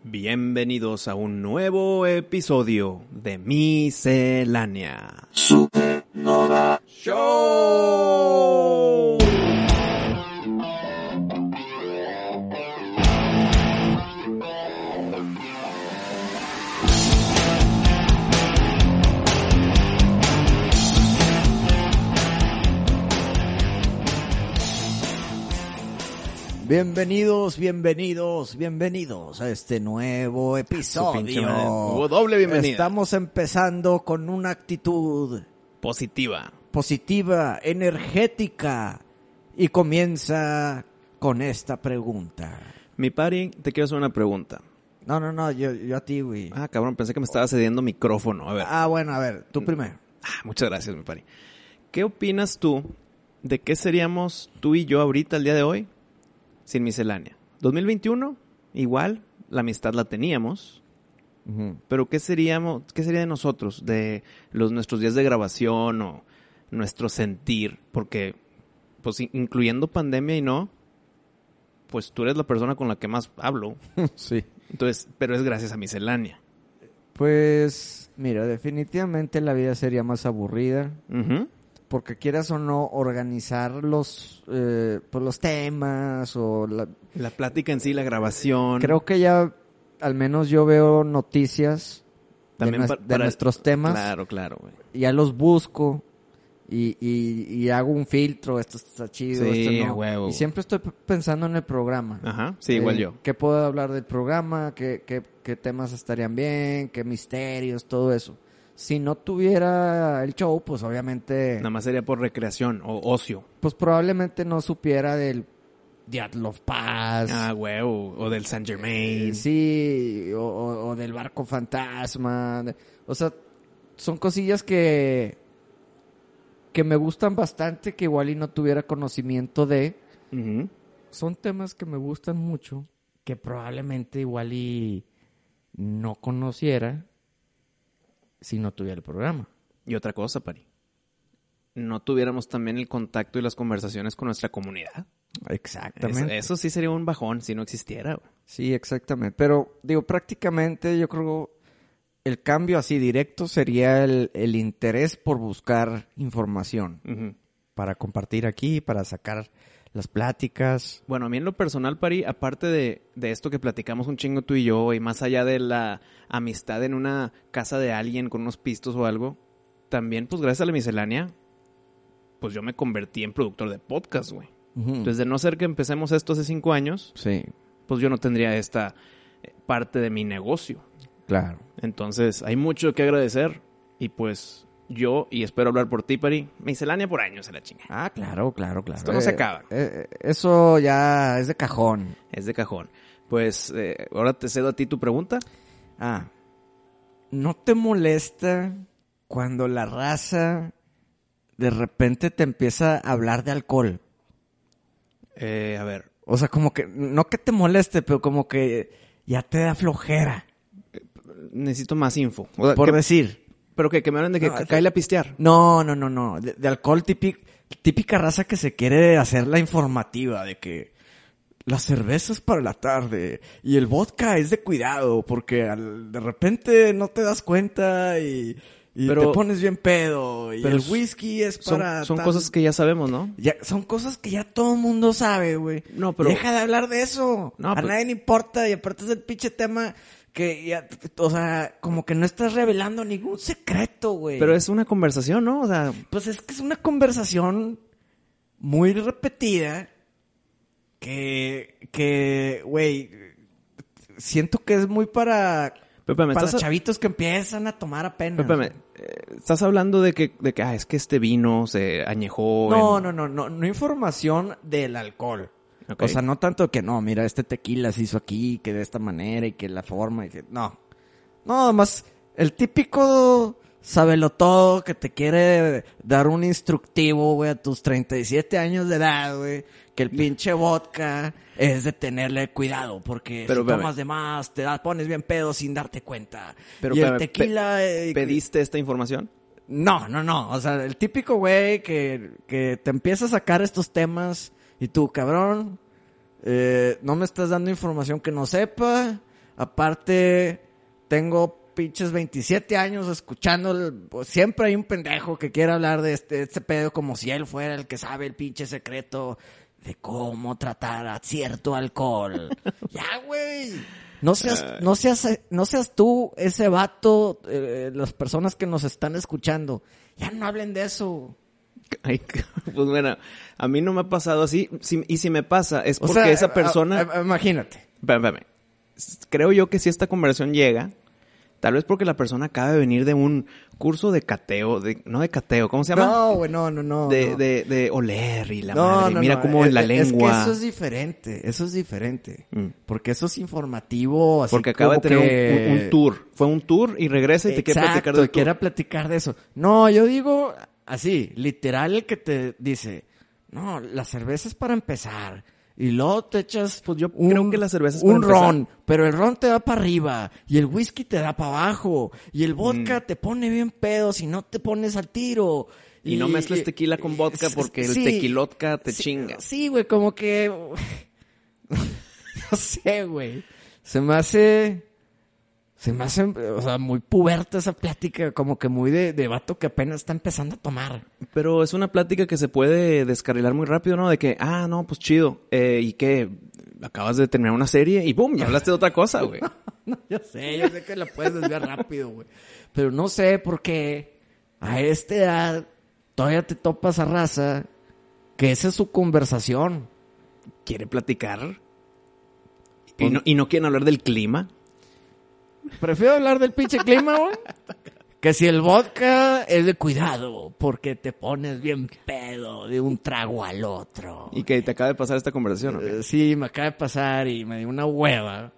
Bienvenidos a un nuevo episodio de Miscelánea Supernova Show. Bienvenidos a este nuevo episodio. Hubo doble bienvenida. Estamos empezando con una actitud Positiva. energética, y comienza con esta pregunta. Mi pari, te quiero hacer una pregunta. No, yo a ti, güey. Ah, cabrón, pensé que me estaba cediendo micrófono. A ver. Bueno, a ver, tú primero. Muchas gracias, mi pari. ¿Qué opinas tú de qué seríamos tú y yo ahorita, el día de hoy, sin Miscelánea? 2021, igual, la amistad la teníamos, pero ¿qué sería de nosotros, de nuestros días de grabación o nuestro sentir? Porque, pues, incluyendo pandemia y no, pues tú eres la persona con la que más hablo. Sí. Entonces, pero es gracias a Miscelánea. Pues, mira, definitivamente la vida sería más aburrida. Uh-huh. Porque quieras o no organizar los temas o La plática en sí, la grabación. Creo que ya, al menos yo veo noticias también de nuestros temas. Claro, güey. Ya los busco y hago un filtro. Esto está chido, Sí, esto no. huevo. Y siempre estoy pensando en el programa. Ajá, sí, igual yo. ¿Qué puedo hablar del programa? ¿Qué temas estarían bien? ¿Qué misterios? Todo eso. Si no tuviera el show, pues obviamente... Nada más sería por recreación o ocio. Pues probablemente no supiera del Diablo of Paz. Huevo. O del Saint Germain. Sí, o del Barco Fantasma. O sea, son cosillas que me gustan bastante, que igual y no tuviera conocimiento de. Uh-huh. Son temas que me gustan mucho, que probablemente igual y no conociera si no tuviera el programa. Y otra cosa, Pari. No tuviéramos también el contacto y las conversaciones con nuestra comunidad. Exactamente. Eso sí sería un bajón si no existiera, güey. Sí, exactamente. Pero, digo, prácticamente yo creo el cambio así directo sería el interés por buscar información. Uh-huh. Para compartir aquí, para sacar las pláticas. Bueno, a mí en lo personal, Pari, aparte de esto que platicamos un chingo tú y yo, y más allá de la amistad en una casa de alguien con unos pistos o algo, también, pues gracias a la Miscelánea, pues yo me convertí en productor de podcast, güey. Uh-huh. Entonces, de no ser que empecemos esto hace 5 años, Sí, pues yo no tendría esta parte de mi negocio. claro. Entonces, hay mucho que agradecer, y pues yo, y espero hablar por ti, Pari, Miscelánea por años se la chinga. Claro. Esto no se acaba. Eso ya es de cajón. Es de cajón. Pues, ahora te cedo a ti tu pregunta. ¿No te molesta cuando la raza de repente te empieza a hablar de alcohol? A ver. O sea, como que, no que te moleste, pero como que ya te da flojera. Necesito más info. O sea, Por decir. ¿Pero qué? ¿Que me hablan de que cae a pistear? No. De alcohol típica raza que se quiere hacer la informativa de que la cerveza es para la tarde y el vodka es de cuidado porque de repente no te das cuenta y te pones bien pedo y el whisky es para... Son cosas que ya sabemos, ¿no? Son cosas que ya todo el mundo sabe, güey. No, pero... Deja de hablar de eso. No, a nadie le importa y aparte es el pinche tema... que ya, o sea, como que no estás revelando ningún secreto, güey. Pero es una conversación, ¿no? O sea... Pues es que es una conversación muy repetida que, güey, siento que es muy para chavitos que empiezan a tomar apenas. Pépame, estás hablando de que es que este vino se añejó... No información del alcohol. Okay. O sea, no tanto que no, mira, este tequila se hizo aquí, que de esta manera y que la forma y que... No, además, el típico sabelotodo que te quiere dar un instructivo, güey, a tus 37 años de edad, güey, que el pinche vodka es de tenerle cuidado, porque si tomas de más, pones bien pedo sin darte cuenta. Pero y el tequila... ¿Pediste esta información? No, o sea, el típico güey que te empieza a sacar estos temas... Y tú, cabrón, no me estás dando información que no sepa, Aparte, tengo pinches 27 años escuchando, pues, siempre hay un pendejo que quiere hablar de este pedo como si él fuera el que sabe el pinche secreto de cómo tratar a cierto alcohol. Ya, güey. No seas tú ese vato, las personas que nos están escuchando. Ya no hablen de eso. Ay, pues bueno, a mí no me ha pasado así. Y si me pasa, es O porque sea, esa persona... imagínate. Espérame. Creo yo que si esta conversación llega, tal vez porque la persona acaba de venir de un curso de cateo, no de cateo, ¿cómo se llama? No, güey, no. De oler y la No, madre. no, Mira no. cómo en la Es lengua. que eso es diferente. Porque eso es informativo, así Porque acaba de como tener que... un tour. Fue un tour y regresa y te quiere platicar del tour. quiere platicar de eso. No, yo digo así, literal, el que te dice, no, la cerveza es para empezar. Y luego te echas Pues yo creo que la cerveza es para un empezar. ron, pero el ron te da para arriba y el whisky te da para abajo y el vodka te pone bien pedo si no te pones al tiro. Y no mezcles tequila con vodka porque el sí, tequilotka te sí, chinga. Sí, güey, como que... no sé, güey. Se me hace, o sea, muy puberta esa plática, como que muy de vato que apenas está empezando a tomar. Pero es una plática que se puede descarrilar muy rápido, ¿no? De que, no, pues chido. ¿Y qué? Acabas de terminar una serie y ¡pum! Ya hablaste de otra cosa, güey. No, yo sé que la puedes desviar rápido, güey. Pero no sé por qué a esta edad todavía te topas a raza que esa es su conversación. ¿Quiere platicar? ¿Y no quieren hablar del clima? Prefiero hablar del pinche clima, güey. Que si el vodka es de cuidado, porque te pones bien pedo de un trago al otro. ¿Y que te acaba de pasar esta conversación, o qué? Sí, me acaba de pasar y me dio una hueva.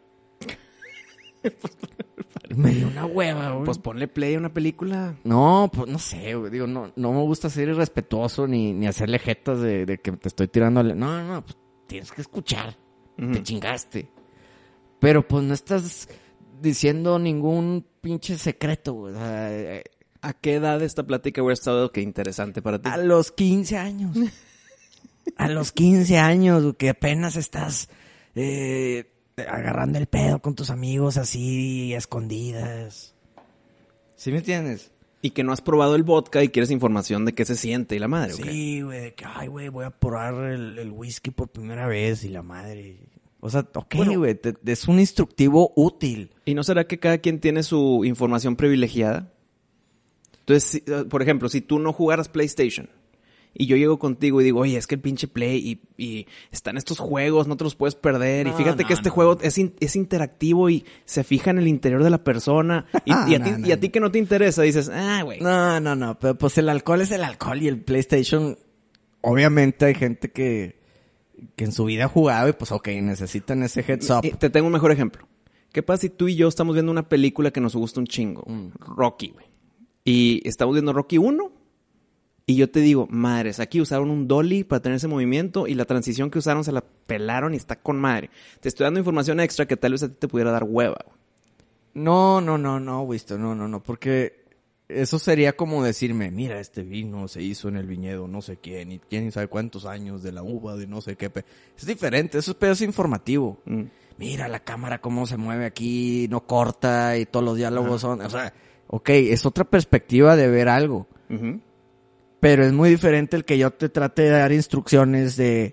Me dio una hueva, güey. Pues ponle play a una película. No, pues no sé, güey. Digo, no me gusta ser irrespetuoso ni hacerle jetas de que te estoy tirando. No, pues tienes que escuchar. Te chingaste. Pero pues no estás diciendo ningún pinche secreto, güey. O sea, ¿A qué edad esta plática hubiera estado que interesante para ti? a los 15 años. A los 15 años, güey, que apenas estás agarrando el pedo con tus amigos así, escondidas. ¿Sí me entiendes? Y que no has probado el vodka y quieres información de qué se siente y la madre, ¿o qué? Sí, güey, de que, ay, güey, voy a probar el whisky por primera vez y la madre. O sea, ok, Bueno, güey, es un instructivo útil. ¿Y no será que cada quien tiene su información privilegiada? Entonces, por ejemplo, si tú no jugaras PlayStation y yo llego contigo y digo, oye, es que el pinche Play y están estos juegos, no te los puedes perder. Y fíjate que este juego es interactivo y se fija en el interior de la persona. Y a ti que no te interesa, dices, güey. No, pero pues el alcohol es el alcohol y el PlayStation, obviamente hay gente que en su vida ha jugado y pues ok, necesitan ese heads up. Te tengo un mejor ejemplo. ¿Qué pasa si tú y yo estamos viendo una película que nos gusta un chingo? Rocky, güey. Y estamos viendo Rocky 1 y yo te digo, madres, aquí usaron un dolly para tener ese movimiento y la transición que usaron se la pelaron y está con madre. Te estoy dando información extra que tal vez a ti te pudiera dar hueva, güey. No, Winston, no, porque eso sería como decirme, mira, este vino se hizo en el viñedo no sé quién, y quién sabe cuántos años de la uva de no sé qué. Es diferente, eso es pedazo informativo. Mira la cámara cómo se mueve aquí, no corta y todos los diálogos son, o sea, ok, es otra perspectiva de ver algo. Uh-huh. Pero es muy diferente el que yo te trate de dar instrucciones de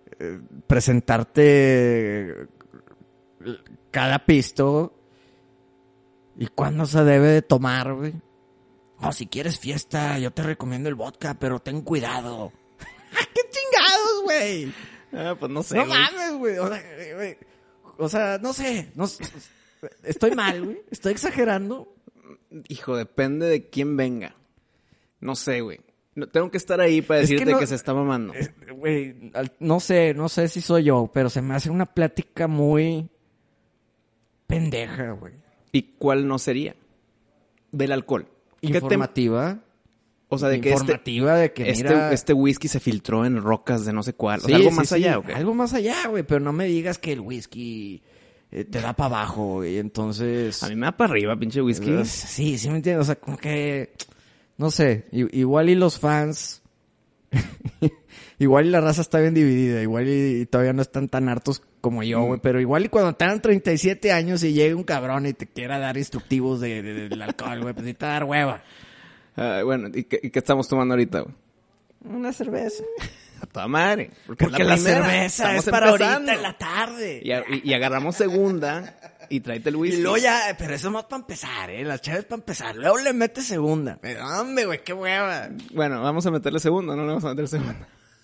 presentarte cada pisto y cuándo se debe de tomar, güey. O si quieres fiesta, yo te recomiendo el vodka, pero ten cuidado. ¡Qué chingados, güey! Pues no sé, No güey. mames, güey. O sea, no sé. Estoy mal, güey. Estoy exagerando. Hijo, depende de quién venga. No sé, güey. No, tengo que estar ahí para Es que decirte no- que se está mamando. Güey, no sé si soy yo, pero se me hace una plática muy pendeja, güey. ¿Y cuál no sería? Del alcohol. ¿Qué Informativa. O sea, de que informativa de que mira... este whisky se filtró en rocas de no sé cuál. O Sí, sea, algo sí, más sí. allá, ¿o qué? Algo más allá, güey, pero no me digas que el whisky te da para abajo, güey. Entonces... A mí me da para arriba, pinche whisky. Sí, me entiendes. O sea, como que... No sé, igual y los fans... igual y la raza está bien dividida. Igual y todavía no están tan hartos como yo, güey. Pero igual y cuando tengan 37 años y llegue un cabrón y te quiera dar instructivos del alcohol, güey, pues sí te va a dar hueva. Bueno, ¿y qué estamos tomando ahorita, güey? Una cerveza. A toda madre. Porque es la primera. cerveza Estamos es para empezando. ahorita en la tarde. Y agarramos segunda y tráete el whisky. Y luego ya, pero eso más para empezar, las chaves para empezar. Luego le metes segunda. Pero, hombre, güey, qué hueva. Bueno, vamos a meterle segunda, no le vamos a meter segunda.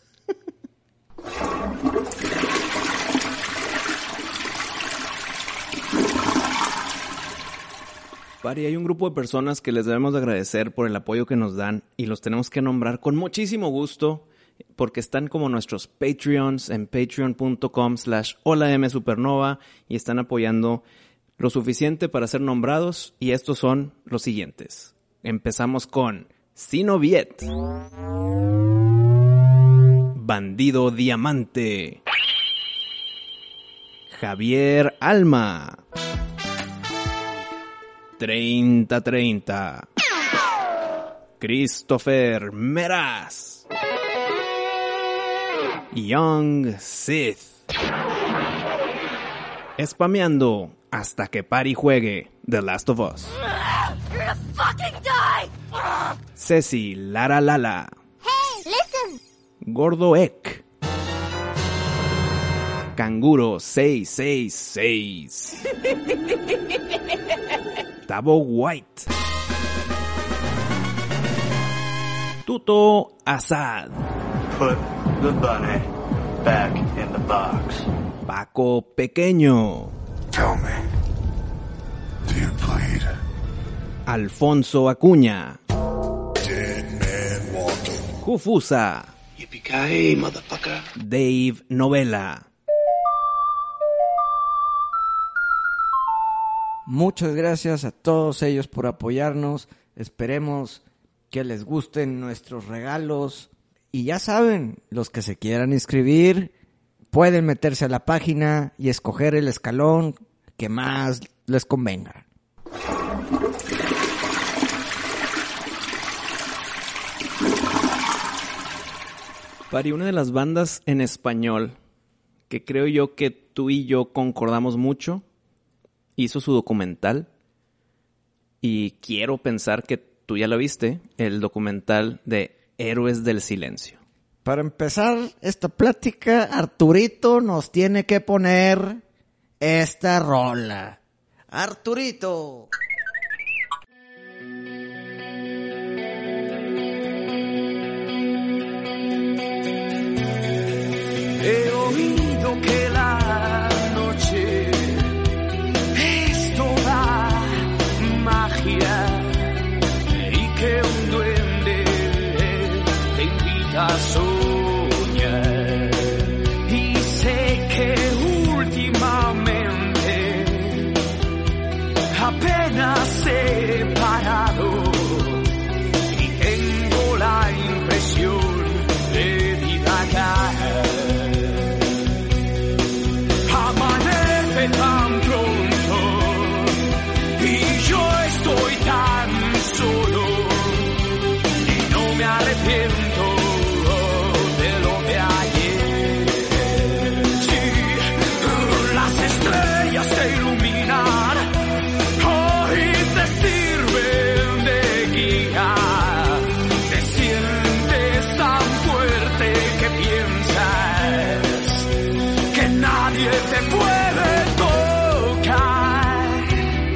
Pari, hay un grupo de personas que les debemos de agradecer por el apoyo que nos dan y los tenemos que nombrar con muchísimo gusto porque están como nuestros Patreons en patreon.com/holamsupernova y están apoyando lo suficiente para ser nombrados y estos son los siguientes. Empezamos con Sinoviet, Bandido Diamante, Javier Alma, 3030, Christopher Meraz, Young Sith, spameando hasta que Pari juegue The Last of Us, Ceci Lara Lala, Gordo Ek, Canguro 666, Tabo White, Tuto Asad, Put the bunny back in the box. Paco Pequeño, Tell me, do you bleed? Alfonso Acuña, Dead man walking. Jufusa, Yippee-ki-yay, motherfucker. Dave Novela. Muchas gracias a todos ellos por apoyarnos. Esperemos que les gusten nuestros regalos. Y ya saben, los que se quieran inscribir, pueden meterse a la página y escoger el escalón que más les convenga. Pari, una de las bandas en español que creo yo que tú y yo concordamos mucho, hizo su documental y quiero pensar que tú ya lo viste, el documental de Héroes del Silencio. Para empezar esta plática, Arturito nos tiene que poner esta rola. Arturito. He oído que la noche es toda magia y que un duende te invita a soñar. Y sé que últimamente apenas he parado y tengo la impresión de divagar. Amanece tan pronto y yo estoy tan solo y no me arrepiento de lo de ayer. Sí, las estrellas te iluminan, hoy te sirven de guía. Te sientes tan fuerte que piensas que nadie te puede tocar.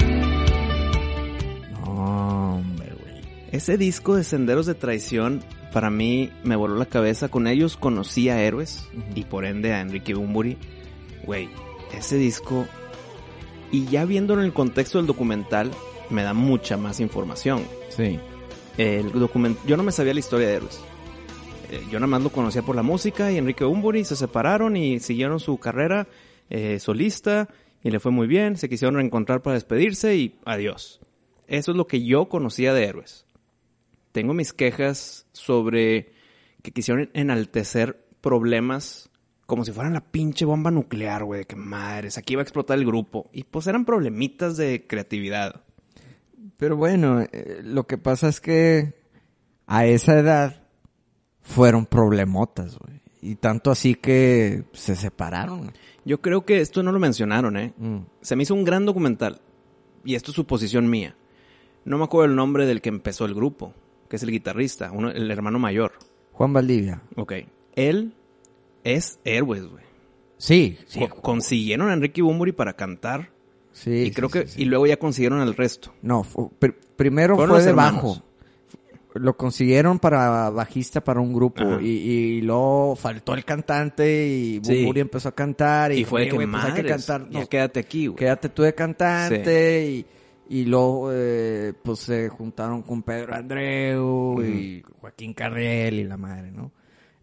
No, hombre, güey. Ese disco de Senderos de Traición para mí me voló la cabeza. Con ellos conocí a Héroes y por ende a Enrique Bunbury. Güey, ese disco, y ya viendo en el contexto del documental, me da mucha más información. Sí. Yo no me sabía la historia de Héroes. Yo nada más lo conocía por la música y Enrique Bunbury se separaron y siguieron su carrera solista y le fue muy bien. Se quisieron reencontrar para despedirse y adiós. Eso es lo que yo conocía de Héroes. Tengo mis quejas sobre que quisieron enaltecer problemas como si fueran la pinche bomba nuclear, güey. De que madres, aquí va a explotar el grupo. Y pues eran problemitas de creatividad. Pero bueno, lo que pasa es que a esa edad fueron problemotas, güey. Y tanto así que se separaron. Yo creo que esto no lo mencionaron, ¿eh? Mm. Se me hizo un gran documental. Y esto es suposición mía. No me acuerdo el nombre del que empezó el grupo, que es el guitarrista, el hermano mayor. Juan Valdivia. Ok. Él es Héroes, güey. Sí, sí. Consiguieron a Enrique Bunbury para cantar. Sí, Y creo que... Y luego ya consiguieron al resto. No, primero Fueron fue los de hermanos. bajo. Lo consiguieron para bajista para un grupo. Ajá. Y luego faltó el cantante y Sí. Bunbury empezó a cantar. Y fue de que, güey, pues hay que madres, cantar. ya No, quédate aquí, güey. quédate tú de cantante. Y luego pues se juntaron con Pedro Andreu y Joaquín Carriel y la madre, ¿no?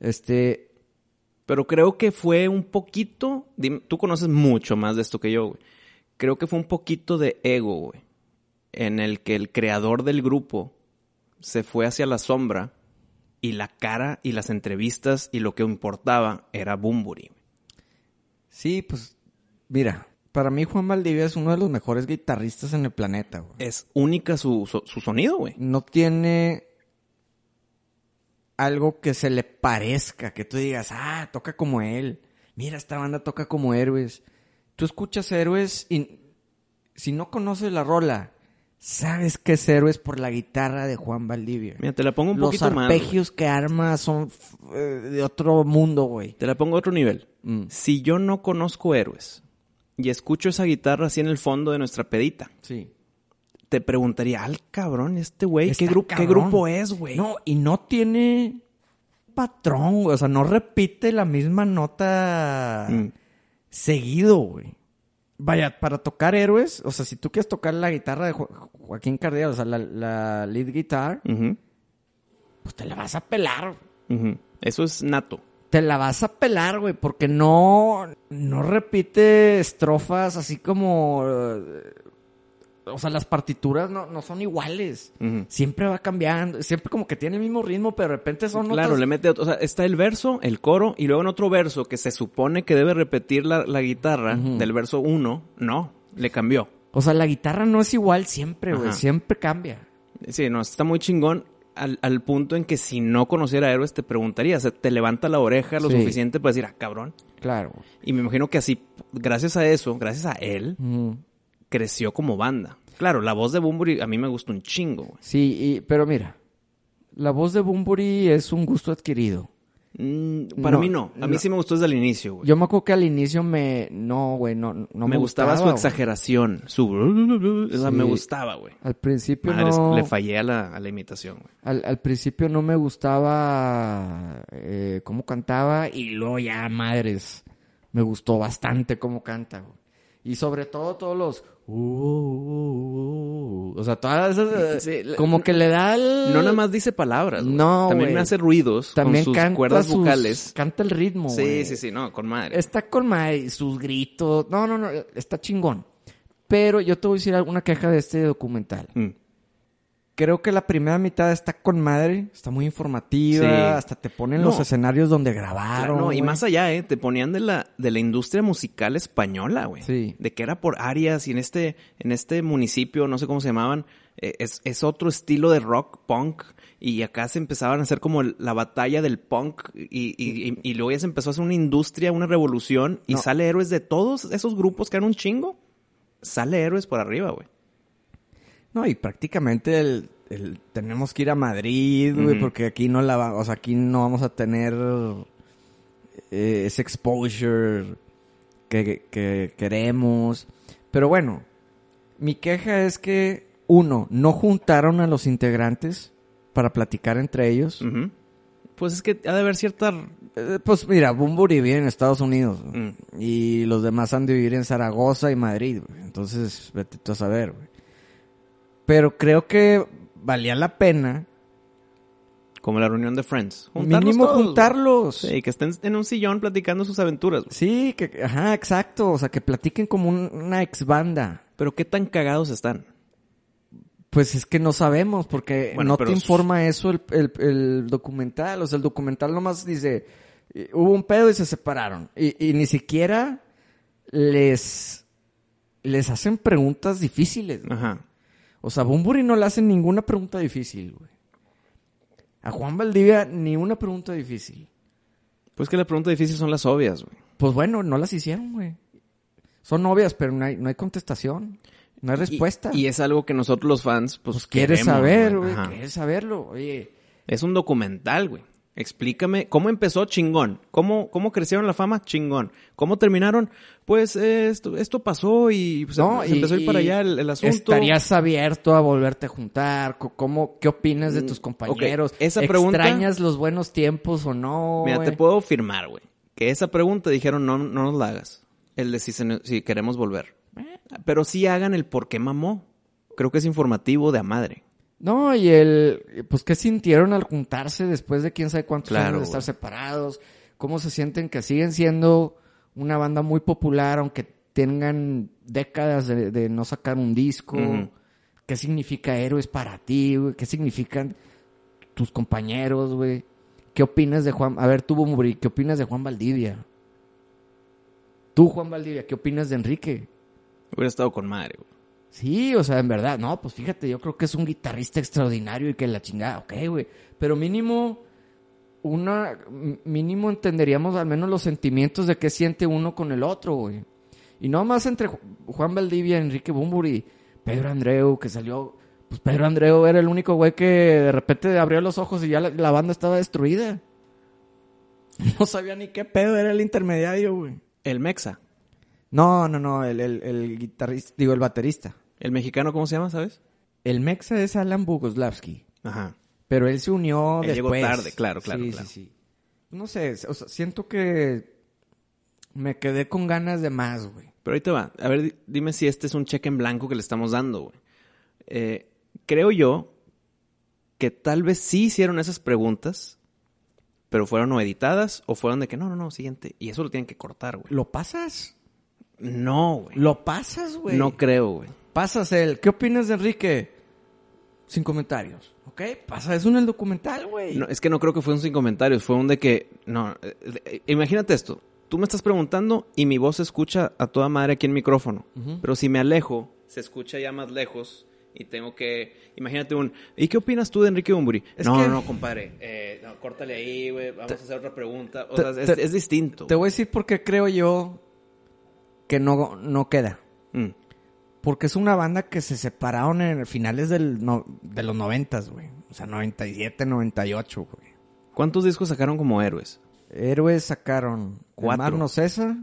Pero creo que fue un poquito... Dime, tú conoces mucho más de esto que yo, güey. Creo que fue un poquito de ego, güey. En el que el creador del grupo se fue hacia la sombra y la cara y las entrevistas y lo que importaba era Bunbury. Sí, pues mira, para mí Juan Valdivia es uno de los mejores guitarristas en el planeta, güey. Es única su sonido, güey. No tiene algo que se le parezca, que tú digas, toca como él. Mira, esta banda toca como Héroes. Tú escuchas Héroes y si no conoces la rola, sabes que es Héroes por la guitarra de Juan Valdivia. Mira, te la pongo un Los poquito más. arpegios que arma son de otro mundo, güey. Te la pongo a otro nivel. Si yo no conozco Héroes y escucho esa guitarra así en el fondo de nuestra pedita, Sí. te preguntaría, al cabrón, este güey, Está ¿qué cabrón. grupo es, güey? No, y no tiene patrón, güey. O sea, no repite la misma nota seguido, güey. Vaya, para tocar Héroes, o sea, si tú quieres tocar la guitarra de Joaquín Cardiel, o sea, la lead guitar, Ujú, pues te la vas a pelar. ujú. Eso es nato. Te la vas a pelar, güey, porque no repite estrofas así como... o sea, las partituras no son iguales. Ujú. Siempre va cambiando. Siempre como que tiene el mismo ritmo, pero de repente son Claro, notas... le mete otro. O sea, está el verso, el coro, y luego en otro verso que se supone que debe repetir la guitarra del verso 1. No, le cambió. O sea, la guitarra no es igual siempre, güey. Ajá. Siempre cambia. Sí, no, está muy chingón al punto en que si no conociera Héroes te preguntaría, o sea, te levanta la oreja lo Sí. suficiente para decir, cabrón. Claro. Y me imagino que así, gracias a eso, gracias a él, creció como banda. Claro, la voz de Bunbury a mí me gusta un chingo, güey. Sí, pero mira, la voz de Bunbury es un gusto adquirido. Para mí no. A mí sí me gustó desde el inicio, güey. Yo me acuerdo que al inicio no me gustaba su güey. exageración. O sea, Sí. me gustaba, güey. Al principio Madres, no... le fallé a la imitación, güey. Al principio no me gustaba cómo cantaba y luego ya, madres, me gustó bastante cómo canta, güey. Y sobre todo todos los... o sea, todas esas... Sí, como que le da el... No nada más dice palabras, güey. No, También güey. me hace ruidos También con sus canta cuerdas vocales. Canta el ritmo, güey. Sí, no, con madre. Está con madre, sus gritos. No, está chingón. Pero yo te voy a decir alguna queja de este documental. Creo que la primera mitad está con madre, está muy informativa, Sí. hasta te ponen los escenarios donde grabaron. Claro, no, y güey. más allá, te ponían de la industria musical española, güey. Sí. De que era por áreas y en este municipio, no sé cómo se llamaban, es otro estilo de rock, punk, y acá se empezaban a hacer como la batalla del punk y luego ya se empezó a hacer una industria, una revolución y No. sale Héroes de todos esos grupos que eran un chingo. Sale Héroes por arriba, güey. No, y prácticamente el tenemos que ir a Madrid, güey, Ujú. porque aquí aquí no vamos a tener ese exposure que queremos. Pero bueno, mi queja es que, no juntaron a los integrantes para platicar entre ellos. Ujú. Pues es que ha de haber cierta... Pues mira, Bunbury vive en Estados Unidos, güey, Mm. y los demás han de vivir en Zaragoza y Madrid, güey. Entonces, vete tú a saber, güey. Pero creo que valía la pena Como la reunión de Friends. mínimo todos, güey. juntarlos. Sí, que estén en un sillón platicando sus aventuras, güey. Sí, ajá, exacto. O sea, que platiquen como una ex banda. Pero qué tan cagados están. Pues es que no sabemos, porque Bueno, no pero te informa eso el documental. O sea, el documental nomás dice, hubo un pedo y se separaron. Y ni siquiera les hacen preguntas difíciles, güey. Ajá. O sea, a Bunbury no le hacen ninguna pregunta difícil, güey. A Juan Valdivia ni una pregunta difícil. Pues que la pregunta difícil son las obvias, güey. Pues bueno, no las hicieron, güey. Son obvias, pero no hay contestación. No hay respuesta. Y es algo que nosotros los fans, pues quieres queremos, saber, güey. Ajá. Quieres saberlo. Oye, Es un documental, güey. Explícame cómo empezó, chingón. ¿Cómo crecieron la fama? Chingón. ¿Cómo terminaron? Pues esto pasó y pues, no, se empezó a ir para allá el asunto. ¿Estarías abierto a volverte a juntar? ¿Qué opinas de tus compañeros? Ok, esa pregunta- ¿Extrañas los buenos tiempos o no? Mira, güey? te puedo afirmar, güey, que esa pregunta dijeron no nos la hagas. El de si queremos volver. Pero sí hagan el por qué mamó. Creo que es informativo de a madre. No, pues, ¿qué sintieron al juntarse después de quién sabe cuántos años de estar güey. separados? ¿Cómo se sienten que siguen siendo una banda muy popular, aunque tengan décadas de no sacar un disco? Ujú. ¿Qué significa Héroes para ti, güey? ¿Qué significan tus compañeros, güey? ¿Qué opinas de Juan? A ver, tú, Bumburi, ¿qué opinas de Juan Valdivia? Tú, Juan Valdivia, ¿qué opinas de Enrique? Hubiera estado con madre, güey. Sí, o sea, en verdad, no, pues fíjate, yo creo que es un guitarrista extraordinario y que la chingada, ok, güey, pero mínimo entenderíamos al menos los sentimientos de qué siente uno con el otro, güey. Y no más entre Juan Valdivia, Enrique Bumburi, Pedro Andreu, que salió, pues Pedro Andreu era el único güey que de repente abrió los ojos y ya la banda estaba destruida. No sabía ni qué pedo, era el intermediario, güey. El Mexa. No, el guitarrista, digo, el baterista. El mexicano, ¿cómo se llama, sabes? El Mexa es Alan Bogoslavsky. Ajá. Pero él se unió Él llegó después. tarde, claro. Sí. No sé, o sea, siento que me quedé con ganas de más, güey. Pero ahí te va. A ver, dime si este es un cheque en blanco que le estamos dando, güey. Creo yo que tal vez sí hicieron esas preguntas, pero fueron o editadas o fueron de que no, siguiente. Y eso lo tienen que cortar, güey. ¿Lo pasas? No, güey. ¿Lo pasas, güey? No creo, güey. Pasas ¿qué opinas de Enrique? Sin comentarios, ¿ok? Pasa eso en el documental, güey. No, es que no creo que fue un sin comentarios. Fue un de que... No, imagínate esto. Tú me estás preguntando y mi voz se escucha a toda madre aquí en el micrófono. Ujú. Pero si me alejo, se escucha ya más lejos y tengo que... Imagínate ¿y qué opinas tú de Enrique Bumburi? No, compadre. No, córtale ahí, güey. Vamos a hacer otra pregunta. O sea, es distinto. Te voy a decir por qué creo yo que no queda. Mm. Porque es una banda que se separaron en finales de los 90s, güey. O sea, 97, 98, güey. ¿Cuántos discos sacaron como héroes? Héroes sacaron 4. El Mar no cesa,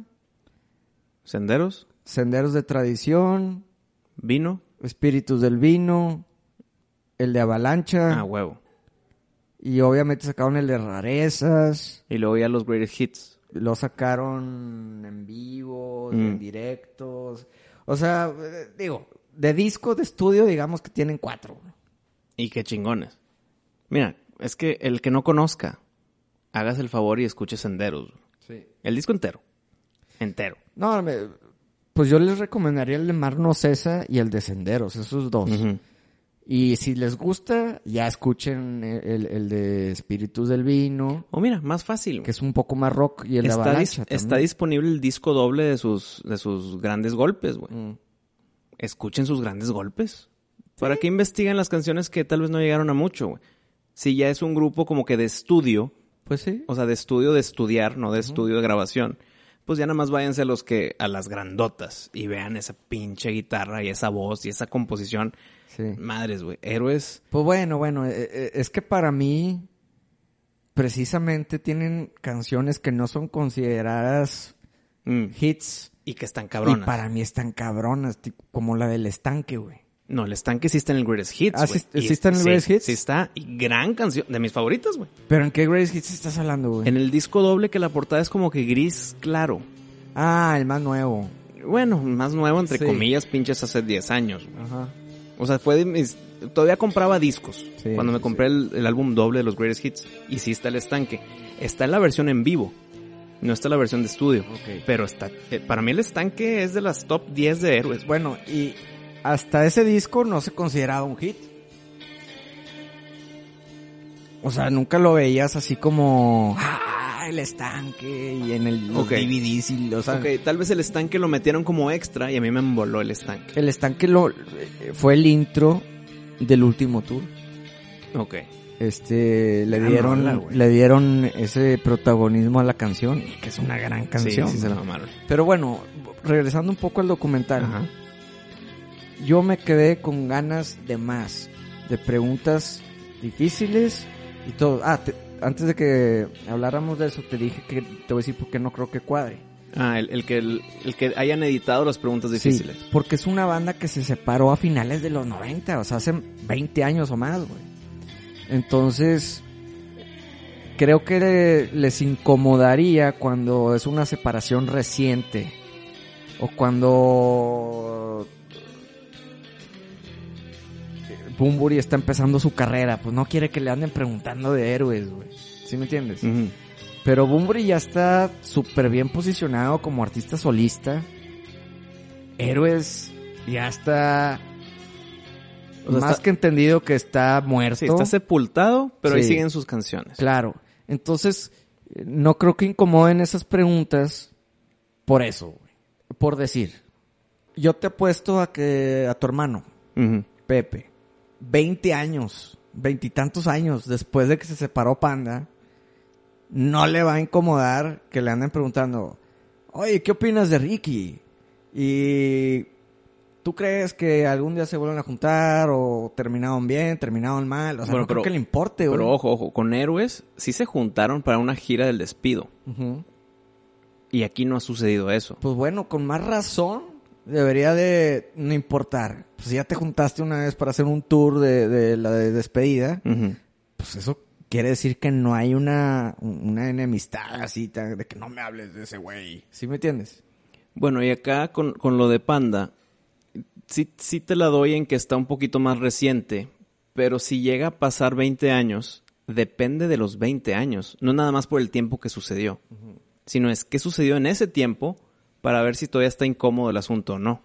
¿Senderos? Senderos de Tradición, ¿Vino? Espíritus del Vino, el de Avalancha, Huevo. y obviamente sacaron el de Rarezas, Y luego ya los Greatest Hits. lo sacaron en vivo, Mm. en directos. O sea, digo, de disco, de estudio, digamos que tienen 4. Y qué chingones. Mira, es que el que no conozca, hágase el favor y escuche Senderos. Sí. El disco entero. Entero. No, pues yo les recomendaría el de Mar no cesa y el de Senderos, esos dos. Ujú. Y si les gusta, ya escuchen el de Espíritus del Vino, O mira, más fácil. que es un poco más rock, y el de Avalancha Está también. disponible el disco doble de sus grandes golpes, güey. Mm. Escuchen sus grandes golpes. ¿Para qué investigan las canciones que tal vez no llegaron a mucho, güey? Si ya es un grupo como que de estudio, Pues sí. o sea, de estudio de estudiar, no de estudio de grabación, pues ya nada más váyanse a las grandotas y vean esa pinche guitarra y esa voz y esa composición. Sí. Madres, güey. Héroes. Pues bueno, es que para mí, precisamente tienen canciones que no son consideradas hits. Y que están cabronas. Y para mí están cabronas, como la del Estanque, güey. No, el Estanque sí está en el Greatest Hits, Ah, güey. ¿sí está en el Greatest Hits? Sí está. Y gran canción. De mis favoritas, güey. ¿Pero en qué Greatest Hits estás hablando, güey? En el disco doble que la portada es como que gris claro. Ah, el más nuevo. Bueno, más nuevo, entre Sí. comillas, pinches hace 10 años, güey. Ajá. O sea, fue de mis... Todavía compraba discos. Sí, cuando me sí, compré el álbum doble de los Greatest Hits. Y sí está el Estanque. Está en la versión en vivo. No está en la versión de estudio. Ok. Pero está... para mí el Estanque es de las top 10 de héroes. Bueno, y hasta ese disco no se consideraba un hit. O sea, nunca lo veías así como... ¡Ah, el Estanque! Y en los Ok. DVDs y... O sea, Ok, tal vez el Estanque lo metieron como extra y a mí me emboló el Estanque. el Estanque fue el intro del último tour. Ok. le rola, güey. dieron ese protagonismo a la canción, que es una gran Sí, canción. sí se la mamaron. Pero bueno, regresando un poco al documental, Ajá. yo me quedé con ganas de más, de preguntas difíciles y todo. Antes de que habláramos de eso, te dije que te voy a decir por qué no creo que cuadre. El que hayan editado las preguntas difíciles. Sí, porque es una banda que se separó a finales de los 90, o sea, hace 20 años o más, güey. Entonces, creo que les incomodaría cuando es una separación reciente o cuando Bunbury está empezando su carrera, pues no quiere que le anden preguntando de Héroes, güey. ¿Sí me entiendes? Ujú. Pero Bunbury ya está súper bien posicionado como artista solista. Héroes ya está O sea, más está- que entendido que está muerto. Sí, está sepultado, pero ahí Sí. siguen sus canciones. Claro. Entonces, no creo que incomoden esas preguntas por eso, güey. Por decir, yo te apuesto a que a tu hermano, Ujú. Pepe, 20 años, 20 y tantos años después de que se separó Panda, no le va a incomodar que le anden preguntando, oye, ¿qué opinas de Ricky? Y ¿tú crees que algún día se vuelven a juntar o terminaron bien, terminaron mal? O sea, Bueno, no creo pero- que le importe, güey. Pero ojo, con Héroes sí se juntaron para una gira del despido. Ujú. Y aquí no ha sucedido eso. Pues bueno, con más razón debería de no importar. Pues si ya te juntaste una vez para hacer un tour de la de despedida, Ujú. pues eso quiere decir que no hay una enemistad así de que no me hables de ese güey. ¿Sí me entiendes? Bueno, y acá con lo de Panda, sí te la doy en que está un poquito más reciente, pero si llega a pasar 20 años, depende de los 20 años, no nada más por el tiempo que sucedió, sino es qué sucedió en ese tiempo para ver si todavía está incómodo el asunto o no.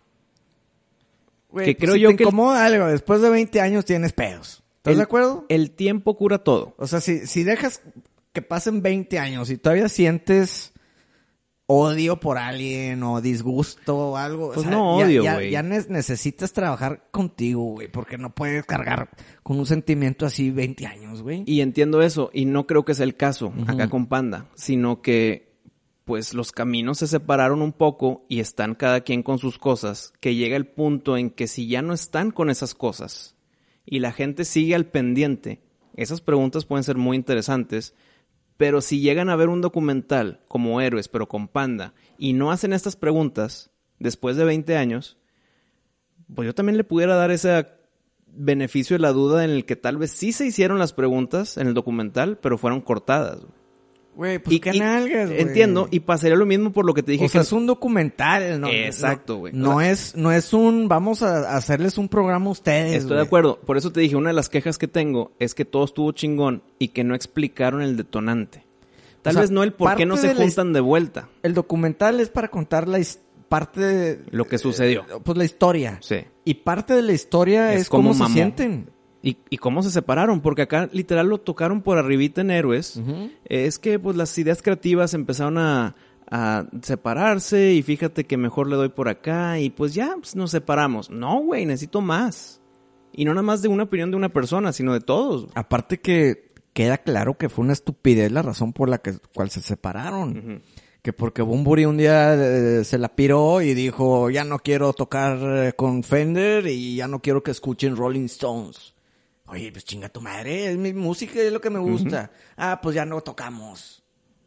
Güey, Que pues creo si yo te que el- incomoda algo, después de 20 años tienes pedos. ¿Estás de acuerdo? El tiempo cura todo. O sea, si dejas que pasen 20 años y todavía sientes odio por alguien o disgusto o algo. Pues o sea, no odio, ya güey. necesitas trabajar contigo, güey, porque no puedes cargar con un sentimiento así 20 años, güey. Y entiendo eso, y no creo que sea el caso acá con Panda, sino que pues los caminos se separaron un poco y están cada quien con sus cosas, que llega el punto en que si ya no están con esas cosas y la gente sigue al pendiente, esas preguntas pueden ser muy interesantes, pero si llegan a ver un documental como Héroes, pero con Panda, y no hacen estas preguntas después de 20 años, pues yo también le pudiera dar ese beneficio de la duda en el que tal vez sí se hicieron las preguntas en el documental, pero fueron cortadas. Güey, pues qué nalgas, güey. Entiendo, y pasaría lo mismo por lo que te dije. O sea, que es un documental, ¿no? Exacto, güey. No, O sea, no es un, vamos a hacerles un programa a ustedes, estoy de güey. acuerdo. Por eso te dije, una de las quejas que tengo es que todo estuvo chingón y que no explicaron el detonante. Tal O sea, vez no el por qué parte no se de la juntan de vuelta. El documental es para contar parte de... Lo que sucedió. Pues la historia. Sí. Y parte de la historia Es es cómo cómo se mamó. sienten. ¿Y cómo se separaron? Porque acá literal lo tocaron por arribita en Héroes. Ujú. Es que pues las ideas creativas empezaron a separarse y fíjate que mejor le doy por acá y pues ya pues, nos separamos. No, güey, necesito más. Y no nada más de una opinión de una persona, sino de todos. Aparte que queda claro que fue una estupidez la razón por la cual se separaron. Ujú. Que porque Bunbury un día se la piró y dijo, ya no quiero tocar con Fender y ya no quiero que escuchen Rolling Stones. Oye, pues chinga tu madre, es mi música, es lo que me gusta. Ah, pues ya no tocamos.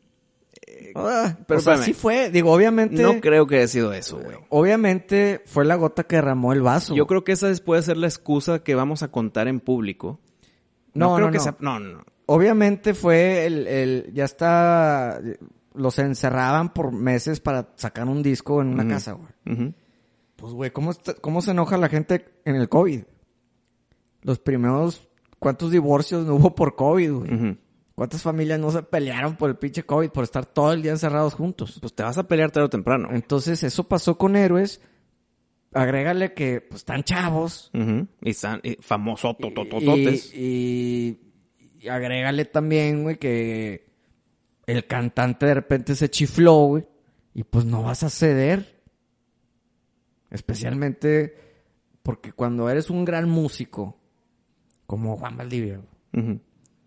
pero Pero o sea, espérame. sí fue, digo, obviamente... No creo que haya sido eso, güey. Obviamente fue la gota que derramó el vaso. Yo creo que esa puede ser la excusa que vamos a contar en público. No, creo no, que no. sea... No. Obviamente fue ya está... Los encerraban por meses para sacar un disco en una casa, güey. Ujú. Pues, güey, ¿cómo se enoja la gente en el COVID? Los primeros... ¿Cuántos divorcios no hubo por COVID, güey? Ujú. ¿Cuántas familias no se pelearon por el pinche COVID? Por estar todo el día encerrados juntos. Pues te vas a pelear tarde o temprano. Entonces, eso pasó con Héroes. Agrégale que, pues, están chavos. Ujú. Y están famosos tototototes. Y agrégale también, güey, que el cantante de repente se chifló, güey. Y pues no vas a ceder. Especialmente porque cuando eres un gran músico, como Juan Valdivia, Ujú.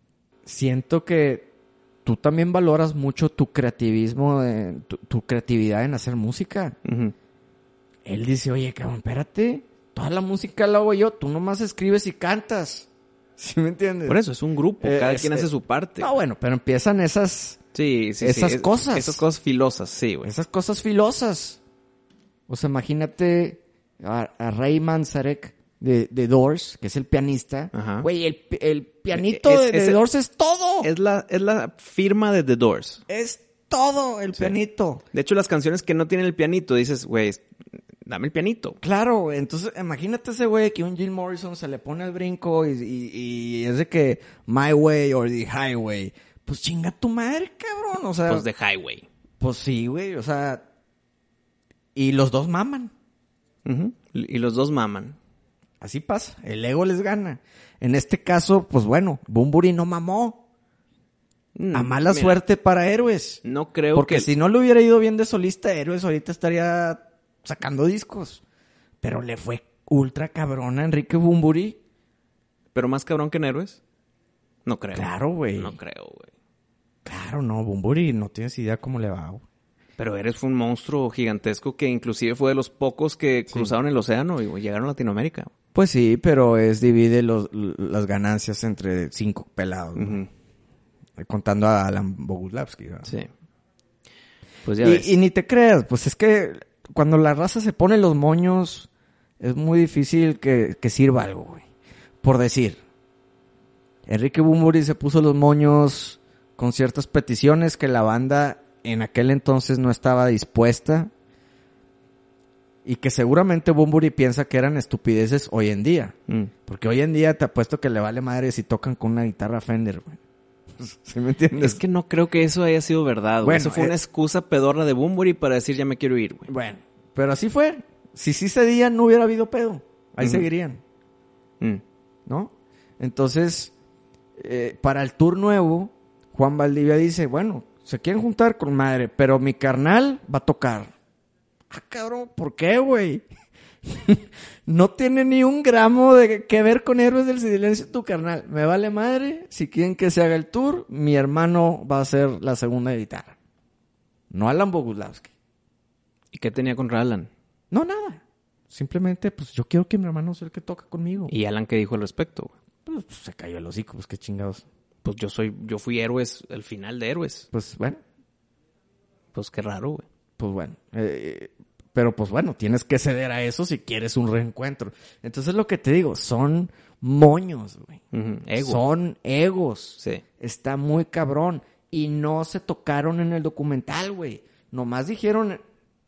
siento que tú también valoras mucho tu creativismo, tu creatividad en hacer música. Ujú. Él dice, oye, cabrón, espérate, toda la música la hago yo, tú nomás escribes y cantas. ¿Sí me entiendes? Por eso, es un grupo. Cada quien hace su parte. No, bueno, pero empiezan esas Esas cosas. Esas cosas filosas, sí, güey. Esas cosas filosas. O sea, imagínate a Ray Manzarek de Doors, que es el pianista. Ajá. Güey, el pianito Es- de es- Doors es todo. Es la firma de The Doors. Es todo el pianito. De hecho, las canciones que no tienen el pianito, dices, güey, dame el pianito. Claro, güey. Entonces, imagínate ese güey que un Jim Morrison se le pone al brinco y es de que My Way or the Highway. Pues chinga tu madre, cabrón. O sea, Pues de Highway. pues sí, güey. O sea, y los dos maman. Ujú. Y los dos maman. Así pasa. El ego les gana. En este caso, pues bueno, Bunbury no mamó. A mala Mira, suerte para Héroes. No creo Porque que... si no le hubiera ido bien de solista, Héroes ahorita estaría sacando discos. Pero le fue ultra cabrón a Enrique Bunbury. ¿Pero más cabrón que en Héroes? No creo. Claro, güey. No creo, güey. Claro, no, Bunbury no tienes idea cómo le va, güey. Pero Héroes fue un monstruo gigantesco que inclusive fue de los pocos que cruzaron el océano y llegaron a Latinoamérica. Pues sí, pero divide las ganancias entre 5 pelados, ¿no? Ujú. Contando a Alan Boguslavski, ¿verdad? Sí. Pues ya ves. Y ni te creas, pues es que cuando la raza se pone los moños, es muy difícil que sirva algo, güey. Por decir, Enrique Bunbury se puso los moños con ciertas peticiones que la banda en aquel entonces no estaba dispuesta y que seguramente Bunbury piensa que eran estupideces hoy en día. Porque hoy en día te apuesto que le vale madre si tocan con una guitarra Fender, güey. ¿Sí me entiendes? Es que no creo que eso haya sido verdad, güey. Bueno, Eso fue una excusa pedorra de Bunbury para decir ya me quiero ir, güey. Bueno, pero así fue. Si sí cedían, no hubiera habido pedo. Ahí seguirían, Mm. ¿no? Entonces, para el tour nuevo, Juan Valdivia dice, bueno, se quieren juntar con madre, pero mi carnal va a tocar. Ah, cabrón, ¿por qué, güey? No tiene ni un gramo de que ver con Héroes del Silencio tu carnal. Me vale madre. Si quieren que se haga el tour, mi hermano va a hacer la segunda guitarra. No Alan Boguslavski. ¿Y qué tenía con Alan? No, nada. Simplemente, pues yo quiero que mi hermano sea el que toca conmigo. ¿Y Alan qué dijo al respecto, güey? Pues, se cayó el hocico, pues qué chingados. Pues yo fui Héroes, el final de Héroes. Pues bueno, Pues qué raro, güey. pues bueno. Pero pues bueno, tienes que ceder a eso si quieres un reencuentro. Entonces lo que te digo, son moños, güey. Ujú. Ego. Son egos. Sí. Está muy cabrón. Y no se tocaron en el documental, güey. Nomás dijeron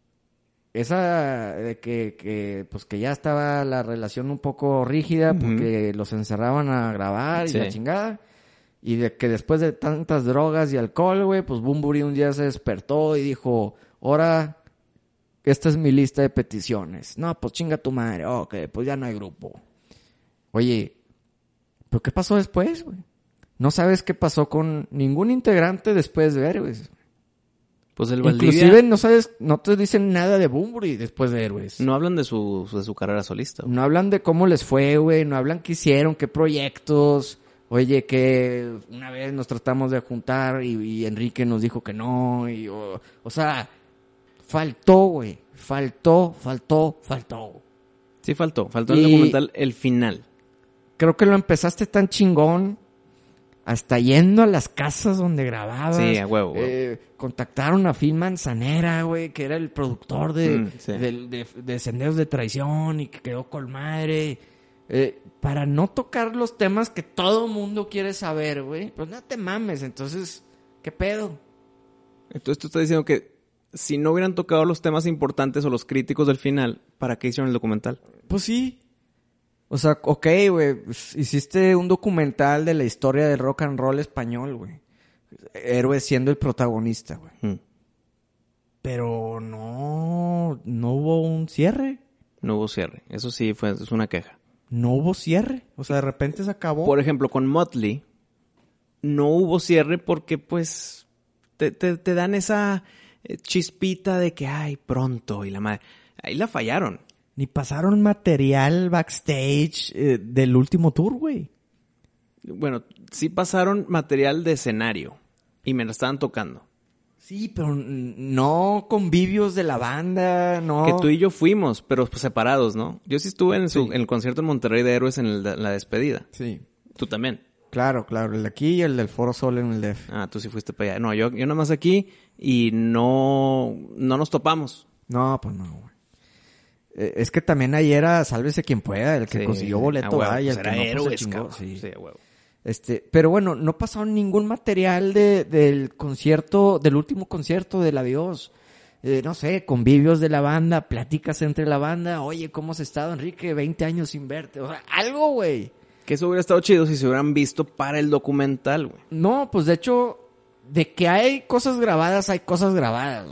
esa de que pues que ya estaba la relación un poco rígida porque los encerraban a grabar y Sí. la chingada. Y de que después de tantas drogas y alcohol, güey, pues Bunbury un día se despertó y dijo, ahora esta es mi lista de peticiones. No, pues chinga tu madre. Ok, pues ya no hay grupo. Oye, ¿pero qué pasó después, güey? No sabes qué pasó con ningún integrante después de Héroes. Pues el Valdivia... Inclusive no sabes, no te dicen nada de Bunbury después de Héroes. No hablan de su carrera solista, güey. No hablan de cómo les fue, güey. No hablan qué hicieron, qué proyectos. Oye, que una vez nos tratamos de juntar y Enrique nos dijo que no. O sea, faltó, güey. Faltó. Sí, faltó en el Y- documental el final. Creo que lo empezaste tan chingón. Hasta yendo a las casas donde grababas. Sí, a huevo, güey. Contactaron a Phil Manzanera, güey, que era el productor Sí. de Senderos de Traición y que quedó con madre. Para no tocar los temas que todo mundo quiere saber, güey. Pues no te mames, entonces, ¿qué pedo? Entonces tú estás diciendo que si no hubieran tocado los temas importantes o los críticos del final, ¿para qué hicieron el documental? Pues sí. O sea, ok, güey, pues, hiciste un documental de la historia del rock and roll español, güey. Héroes siendo el protagonista, güey. Mm. Pero no hubo un cierre. No hubo cierre. Eso sí es una queja. No hubo cierre. O sea, de repente se acabó. Por ejemplo, con Motley, no hubo cierre porque, pues, te dan esa chispita de que, ay, pronto, y la madre. Ahí la fallaron. Ni pasaron material backstage del último tour, güey. Bueno, sí pasaron material de escenario y me lo estaban tocando. Sí, pero no convivios de la banda, no. Que tú y yo fuimos, pero pues, separados, ¿no? Yo sí estuve en el concierto en Monterrey de Héroes en la despedida. Sí. Tú también. Claro, el de aquí y el del Foro Sol en el DF. Ah, tú sí fuiste para allá. No, yo nada más aquí y no nos topamos. No, pues no, güey. Es que también ahí era sálvese quien pueda, el que Sí, consiguió boleto, huevo, y el pues que era no pues, se Héroes, chingó. cabrón. Sí. Sí, a huevo. Pero bueno, no pasó ningún material del concierto, del último concierto del Adiós. No sé, convivios de la banda, pláticas entre la banda. Oye, ¿cómo has estado, Enrique? 20 años sin verte. O sea, algo, güey. Que eso hubiera estado chido si se hubieran visto para el documental, güey. No, pues de hecho, de que hay cosas grabadas, hay cosas grabadas.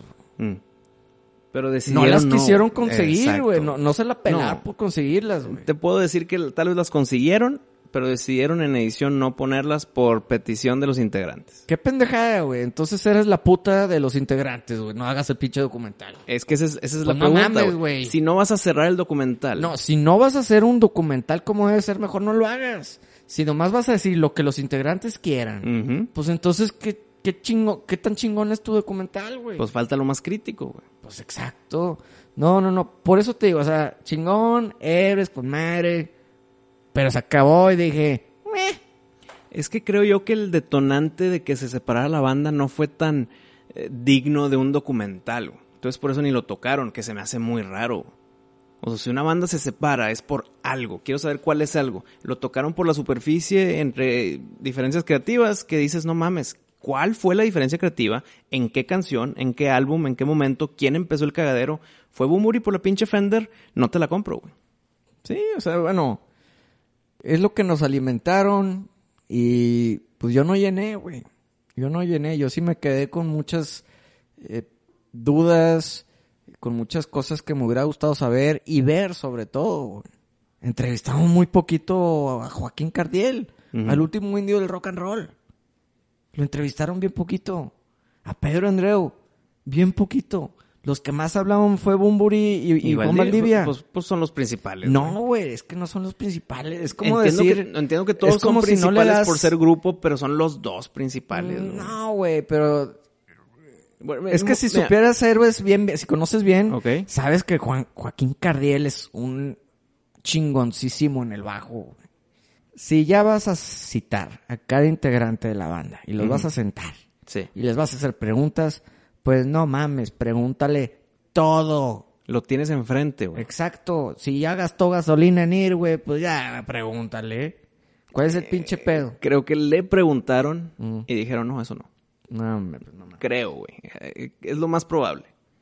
Pero No decidieron las quisieron conseguir, Exacto. güey. No se la pelaron No. por conseguirlas, güey. Te puedo decir que tal vez las consiguieron, pero decidieron en edición no ponerlas por petición de los integrantes. Qué pendejada, güey. Entonces eres la puta de los integrantes, güey. No hagas el pinche documental. Es que esa es la no pregunta, mames, güey. güey. Si no vas a cerrar el documental. No, si no vas a hacer un documental como debe ser, mejor no lo hagas. Si nomás vas a decir lo que los integrantes quieran, Ujú. pues entonces, ¿qué tan chingón es tu documental, güey? Pues falta lo más crítico, güey. Pues exacto. No. Por eso te digo, o sea, chingón, eres con madre. Pero se acabó y dije, meh. Es que creo yo que el detonante de que se separara la banda no fue tan digno de un documental, güey. Entonces por eso ni lo tocaron, que se me hace muy raro. O sea, si una banda se separa es por algo. Quiero saber cuál es algo. Lo tocaron por la superficie entre diferencias creativas que dices, no mames, ¿cuál fue la diferencia creativa? ¿En qué canción? ¿En qué álbum? ¿En qué momento? ¿Quién empezó el cagadero? ¿Fue Bunbury por la pinche Fender? No te la compro, güey. Sí, o sea, bueno, es lo que nos alimentaron y pues yo no llené, güey. Yo sí me quedé con muchas dudas, con muchas cosas que me hubiera gustado saber y ver sobre todo, güey. Entrevistamos muy poquito a Joaquín Cardiel, al último indio del rock and roll. Lo entrevistaron bien poquito. A Pedro Andreu, bien poquito. Los que más hablaban fue Bunbury y Juan Valdivia. Pues son los principales. No, güey, es que no son los principales. Es como Entiendo que todos es como son si no le principales das- por ser grupo, pero son los dos principales. güey. No, güey, pero Bueno, es que si mira, supieras Héroes bien, si conoces bien, Ok. sabes que Joaquín Cardiel es un chingoncísimo en el bajo, güey. Si ya vas a citar a cada integrante de la banda y los vas a sentar Sí, y les vas a hacer preguntas, pues no mames, pregúntale todo. lo tienes enfrente, güey. Exacto. Si ya gastó gasolina en ir, güey, pues ya pregúntale. ¿Cuál es el pinche pedo? Creo que le preguntaron y dijeron, no, eso no. No, hombre, pues no mames. Creo, güey. Es lo más probable.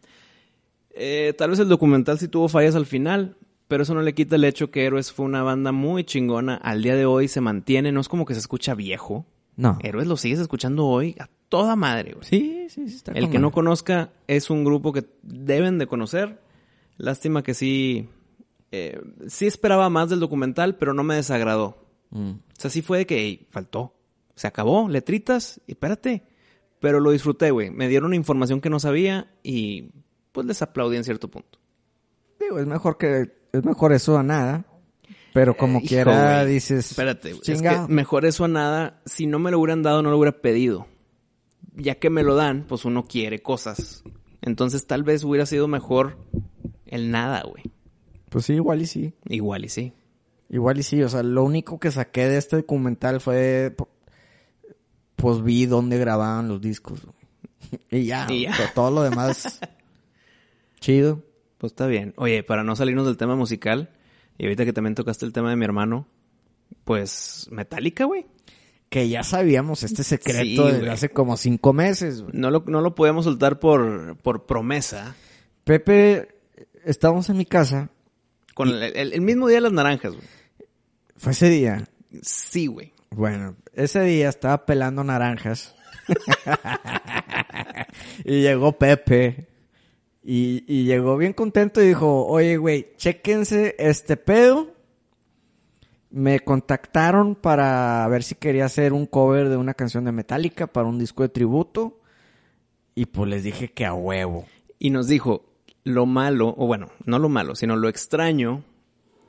Tal vez el documental sí tuvo fallas al final, pero eso no le quita el hecho que Héroes fue una banda muy chingona. Al día de hoy se mantiene, no es como que se escucha viejo. No. Héroes lo sigues escuchando hoy a toda madre, güey. Sí, está El que no conozca es un grupo que deben de conocer. Lástima que sí esperaba más del documental, pero no me desagradó. O sea, sí fue de que hey, faltó. Se acabó, letritas, y espérate. Pero lo disfruté, güey. Me dieron información que no sabía y pues les aplaudí en cierto punto. Digo, es mejor eso a nada. Pero como Hijo, quiera güey. dices... Espérate, güey. Es Chingado. que mejor eso a nada. Si no me lo hubieran dado, no lo hubiera pedido. Ya que me lo dan, pues uno quiere cosas. Entonces tal vez hubiera sido mejor el nada, güey. Pues sí, igual y sí. Igual y sí. Igual y sí. O sea, lo único que saqué de este documental fue... Pues vi dónde grababan los discos. Y ya. Y ya. Todo lo demás... chido. Pues está bien. Oye, para no salirnos del tema musical, y ahorita que también tocaste el tema de mi hermano, pues Metallica, güey. Que ya sabíamos este secreto Sí, desde güey. hace como 5 meses, güey. No lo podíamos soltar por promesa. Pepe, estábamos en mi casa. Con el mismo día de las naranjas, güey. Fue ese día. Sí, güey. Bueno, ese día estaba pelando naranjas. Y llegó Pepe. Y llegó bien contento y dijo, oye, güey, chéquense este pedo. Me contactaron para ver si quería hacer un cover de una canción de Metallica para un disco de tributo. Y pues les dije que a huevo. Y nos dijo, lo malo, o bueno, no lo malo, sino lo extraño,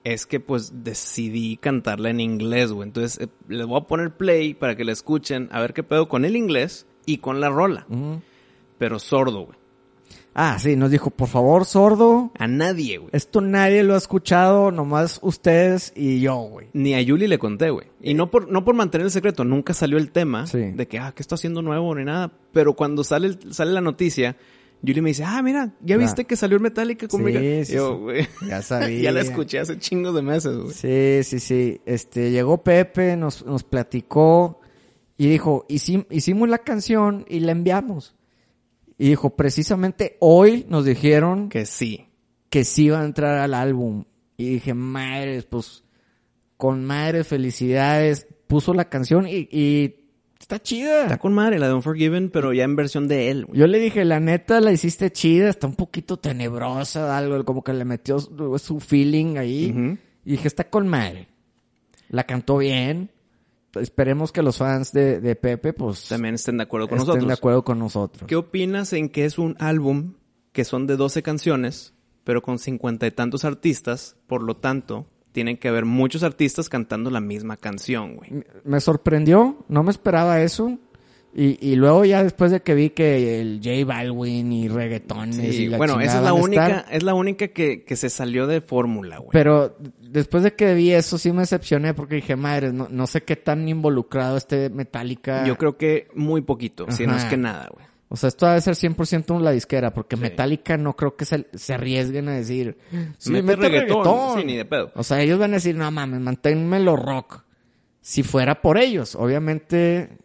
es que pues decidí cantarla en inglés, güey. Entonces les voy a poner play para que la escuchen, a ver qué pedo con el inglés y con la rola. Pero sordo, güey. Ah, sí, nos dijo, por favor, sordo. A nadie, güey. Esto nadie lo ha escuchado, nomás ustedes y yo, güey. Ni a Yuli le conté, güey. Y no por mantener el secreto, nunca salió el tema de que, ¿qué está haciendo nuevo? Ni nada. Pero cuando sale la noticia, Yuli me dice, mira, ¿ya viste que salió el Metallica conmigo? Sí, yo, güey, ya sabía. Ya la escuché hace chingos de meses, güey. Sí. Llegó Pepe, nos platicó y dijo, hicimos la canción y la enviamos. Y dijo, precisamente hoy nos dijeron que sí iba a entrar al álbum. Y dije, madres, pues, con madre, felicidades. Puso la canción y está chida. Está con madre la de Unforgiven, pero ya en versión de él, güey. Yo le dije, la neta, la hiciste chida, está un poquito tenebrosa, algo, como que le metió su feeling ahí. Y dije, está con madre. La cantó bien. Esperemos que los fans de Pepe, pues... también estén de acuerdo con estén de acuerdo con nosotros. ¿Qué opinas en que es un álbum que son de 12 canciones, pero con 50 y tantos artistas? Por lo tanto, tienen que haber muchos artistas cantando la misma canción, güey. Me sorprendió, no me esperaba eso. Y luego ya después de que vi que el J Balvin y reggaetones y la bueno, esa chingada es la única que se salió de fórmula, güey. Pero después de que vi eso sí me decepcioné porque dije, madre, no sé qué tan involucrado esté Metallica. Yo creo que muy poquito, si no es que nada, güey. O sea, esto debe ser 100% la disquera, porque Metallica no creo que se arriesguen a decir, mete reggaetón. Sí, ni de pedo. O sea, ellos van a decir, no mames, manténmelo rock. Si fuera por ellos, obviamente...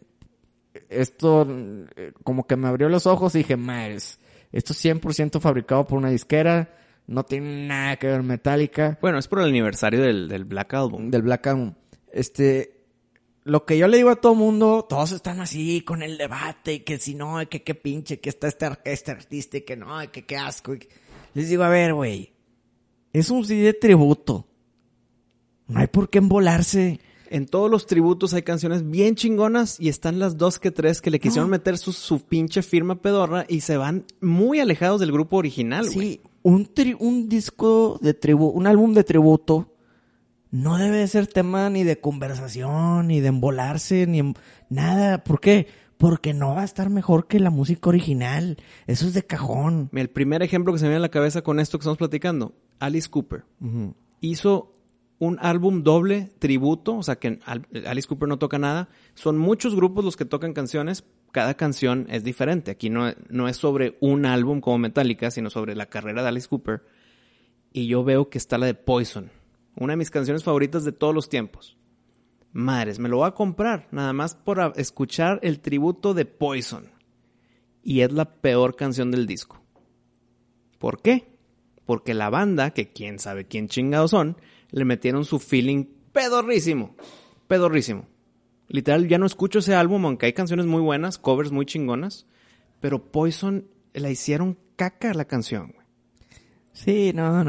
Esto como que me abrió los ojos y dije, madre, esto es 100% fabricado por una disquera, no tiene nada que ver Metallica. Bueno, es por el aniversario del Black Album. Del Black Album. Lo que yo le digo a todo mundo, todos están así con el debate, y que si no, que qué pinche, que está este artista y que no, que qué asco. Les digo, a ver, güey, es un CD de tributo. No hay por qué embolarse. En todos los tributos hay canciones bien chingonas y están las 2 que 3 que le quisieron meter su pinche firma pedorra y se van muy alejados del grupo original, güey. Sí, un disco de tributo, un álbum de tributo no debe de ser tema ni de conversación, ni de embolarse, ni nada. ¿Por qué? Porque no va a estar mejor que la música original. Eso es de cajón. El primer ejemplo que se me viene a la cabeza con esto que estamos platicando, Alice Cooper. Hizo un álbum doble tributo, o sea que Alice Cooper no toca nada. Son muchos grupos los que tocan canciones, cada canción es diferente. Aquí no es sobre un álbum como Metallica, sino sobre la carrera de Alice Cooper. Y yo veo que está la de Poison, una de mis canciones favoritas de todos los tiempos. Madres, me lo voy a comprar, nada más por escuchar el tributo de Poison. Y es la peor canción del disco. ¿Por qué? Porque la banda, que quién sabe quién chingados son, le metieron su feeling pedorrísimo. Pedorrísimo. Literal, ya no escucho ese álbum, aunque hay canciones muy buenas, covers muy chingonas. Pero Poison la hicieron caca la canción, güey. Sí, no.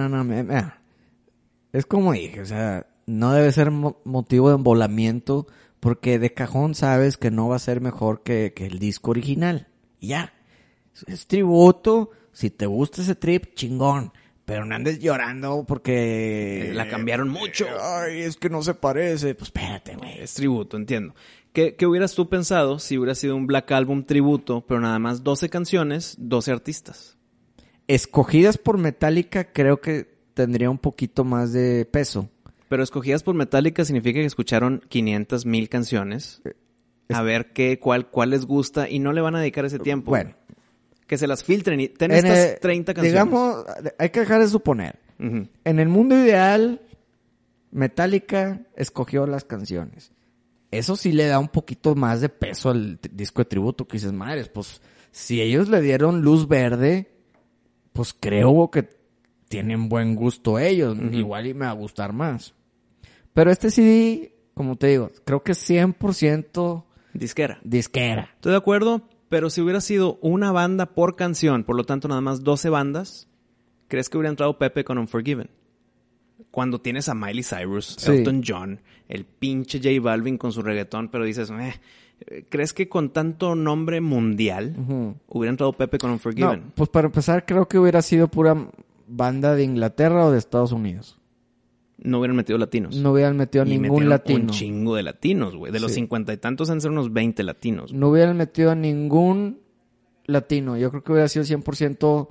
Es como dije, o sea, no debe ser motivo de embolamiento, porque de cajón sabes que no va a ser mejor que el disco original. Y ya. Es tributo. Si te gusta ese trip, chingón. Pero no andes llorando porque... la cambiaron mucho. Ay, es que no se parece. Pues espérate, güey. Es tributo, entiendo. ¿Qué hubieras tú pensado si hubiera sido un Black Album tributo, pero nada más 12 canciones, 12 artistas? Escogidas por Metallica creo que tendría un poquito más de peso. Pero escogidas por Metallica significa que escucharon 500,000 canciones. A ver cuál les gusta y no le van a dedicar ese tiempo. Bueno. Que se las filtren y ten estas 30 canciones. Digamos, hay que dejar de suponer. En el mundo ideal, Metallica escogió las canciones. Eso sí le da un poquito más de peso al disco de tributo, que dices, madres, pues si ellos le dieron luz verde, pues creo que tienen buen gusto ellos. Igual y me va a gustar más. Pero este CD, como te digo, creo que es 100% disquera. Estoy de acuerdo. Pero si hubiera sido una banda por canción, por lo tanto nada más 12 bandas, ¿crees que hubiera entrado Pepe con Unforgiven? Cuando tienes a Miley Cyrus, sí, Elton John, el pinche J Balvin con su reggaetón, pero dices, ¿crees que con tanto nombre mundial hubiera entrado Pepe con Unforgiven? No, pues para empezar creo que hubiera sido pura banda de Inglaterra o de Estados Unidos. no hubieran metido latinos. No hubieran metido a Y ningún metieron latino. un chingo de latinos, güey. De los Sí. 50 y tantos han sido unos 20 latinos. No hubieran metido a ningún latino. Yo creo que hubiera sido 100%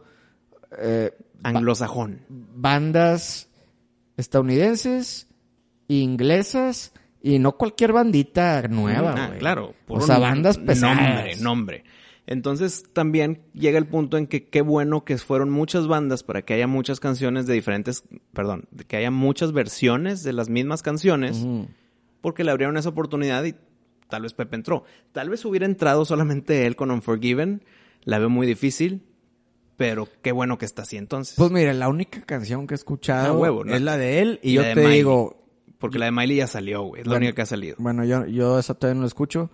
Anglosajón. bandas estadounidenses, inglesas y no cualquier bandita nueva, güey. Claro. O sea, bandas pesadas. Nombre. Entonces también llega el punto en que qué bueno que fueron muchas bandas para que haya muchas canciones de diferentes, que haya muchas versiones de las mismas canciones, Ujú. porque le abrieron esa oportunidad y tal vez Pepe entró. Tal vez hubiera entrado solamente él con Unforgiven, la veo muy difícil, pero qué bueno que está así entonces. Pues mira, la única canción que he escuchado huevo, ¿no? es la de él y Y yo la de te Miley. digo, Porque la de Miley ya salió, güey, es la Bueno, única que ha salido. bueno, yo esa todavía no la escucho,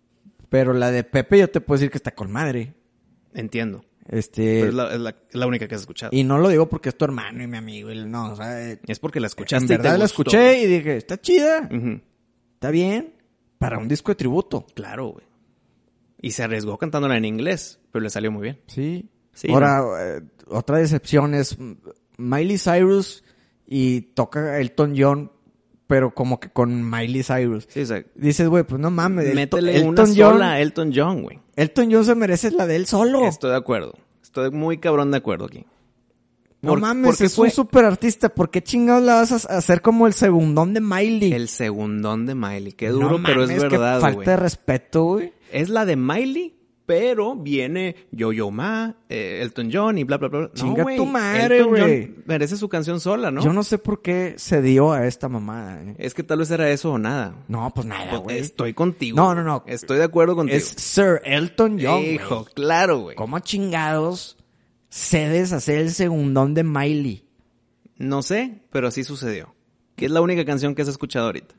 pero la de Pepe yo te puedo decir que está con madre. Entiendo. Pero es la única que has escuchado. Y no lo digo porque es tu hermano y mi amigo, y no, o sea, Es porque la en escuchaste y te verdad la gustó. escuché y dije, está chida, Ujú. está bien, para un disco de tributo. Claro, güey. Y se arriesgó cantándola en inglés, pero le salió muy bien. Sí. Sí, Ahora, otra decepción es Miley Cyrus y toca Elton John, pero como que con Miley Cyrus. Sí, o sea, Dices, güey, pues no mames. métele una sola a Elton John, güey. Elton John se merece la de él solo. Estoy de acuerdo. Estoy muy cabrón de acuerdo aquí. No mames, porque es un super artista. ¿Por qué chingados la vas a hacer como el segundón de Miley? el segundón de Miley. Qué No duro, pero es mames, qué verdad, falta güey. de respeto, güey. Es la de Miley, pero viene Yo-Yo Ma, Elton John y bla, bla, bla. No, Chinga güey. tu madre, Elton güey. John merece su canción sola, ¿no? Yo no sé por qué se dio a esta mamada. Es que tal vez era eso o nada. No, pues nada, güey. Estoy contigo. No, güey. no, no. Estoy de acuerdo contigo. Es Sir Elton John, Hijo, güey. claro, güey. ¿Cómo chingados cedes a ser el segundón de Miley? No sé, pero así sucedió. Que es la única canción que has escuchado ahorita.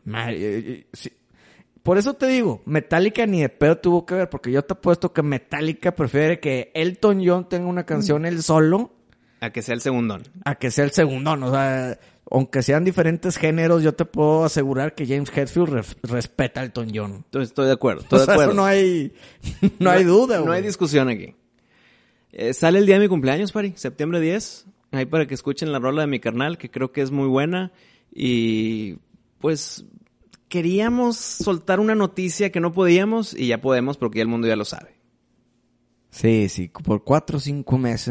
Sí. Por eso te digo, Metallica ni de pedo tuvo que ver, porque yo te apuesto que Metallica prefiere que Elton John tenga una canción él solo A que sea el segundón. a que sea el segundón. O sea, aunque sean diferentes géneros, yo te puedo asegurar que James Hetfield respeta a Elton John. Entonces estoy de acuerdo. O Estoy de sea, acuerdo. eso no hay duda, güey. No hay discusión aquí. Sale el día de mi cumpleaños, Pari. Septiembre 10. Ahí para que escuchen la rola de mi carnal, que creo que es muy buena. Y pues queríamos soltar una noticia que no podíamos y ya podemos porque ya el mundo ya lo sabe. Sí, por 4 o 5 meses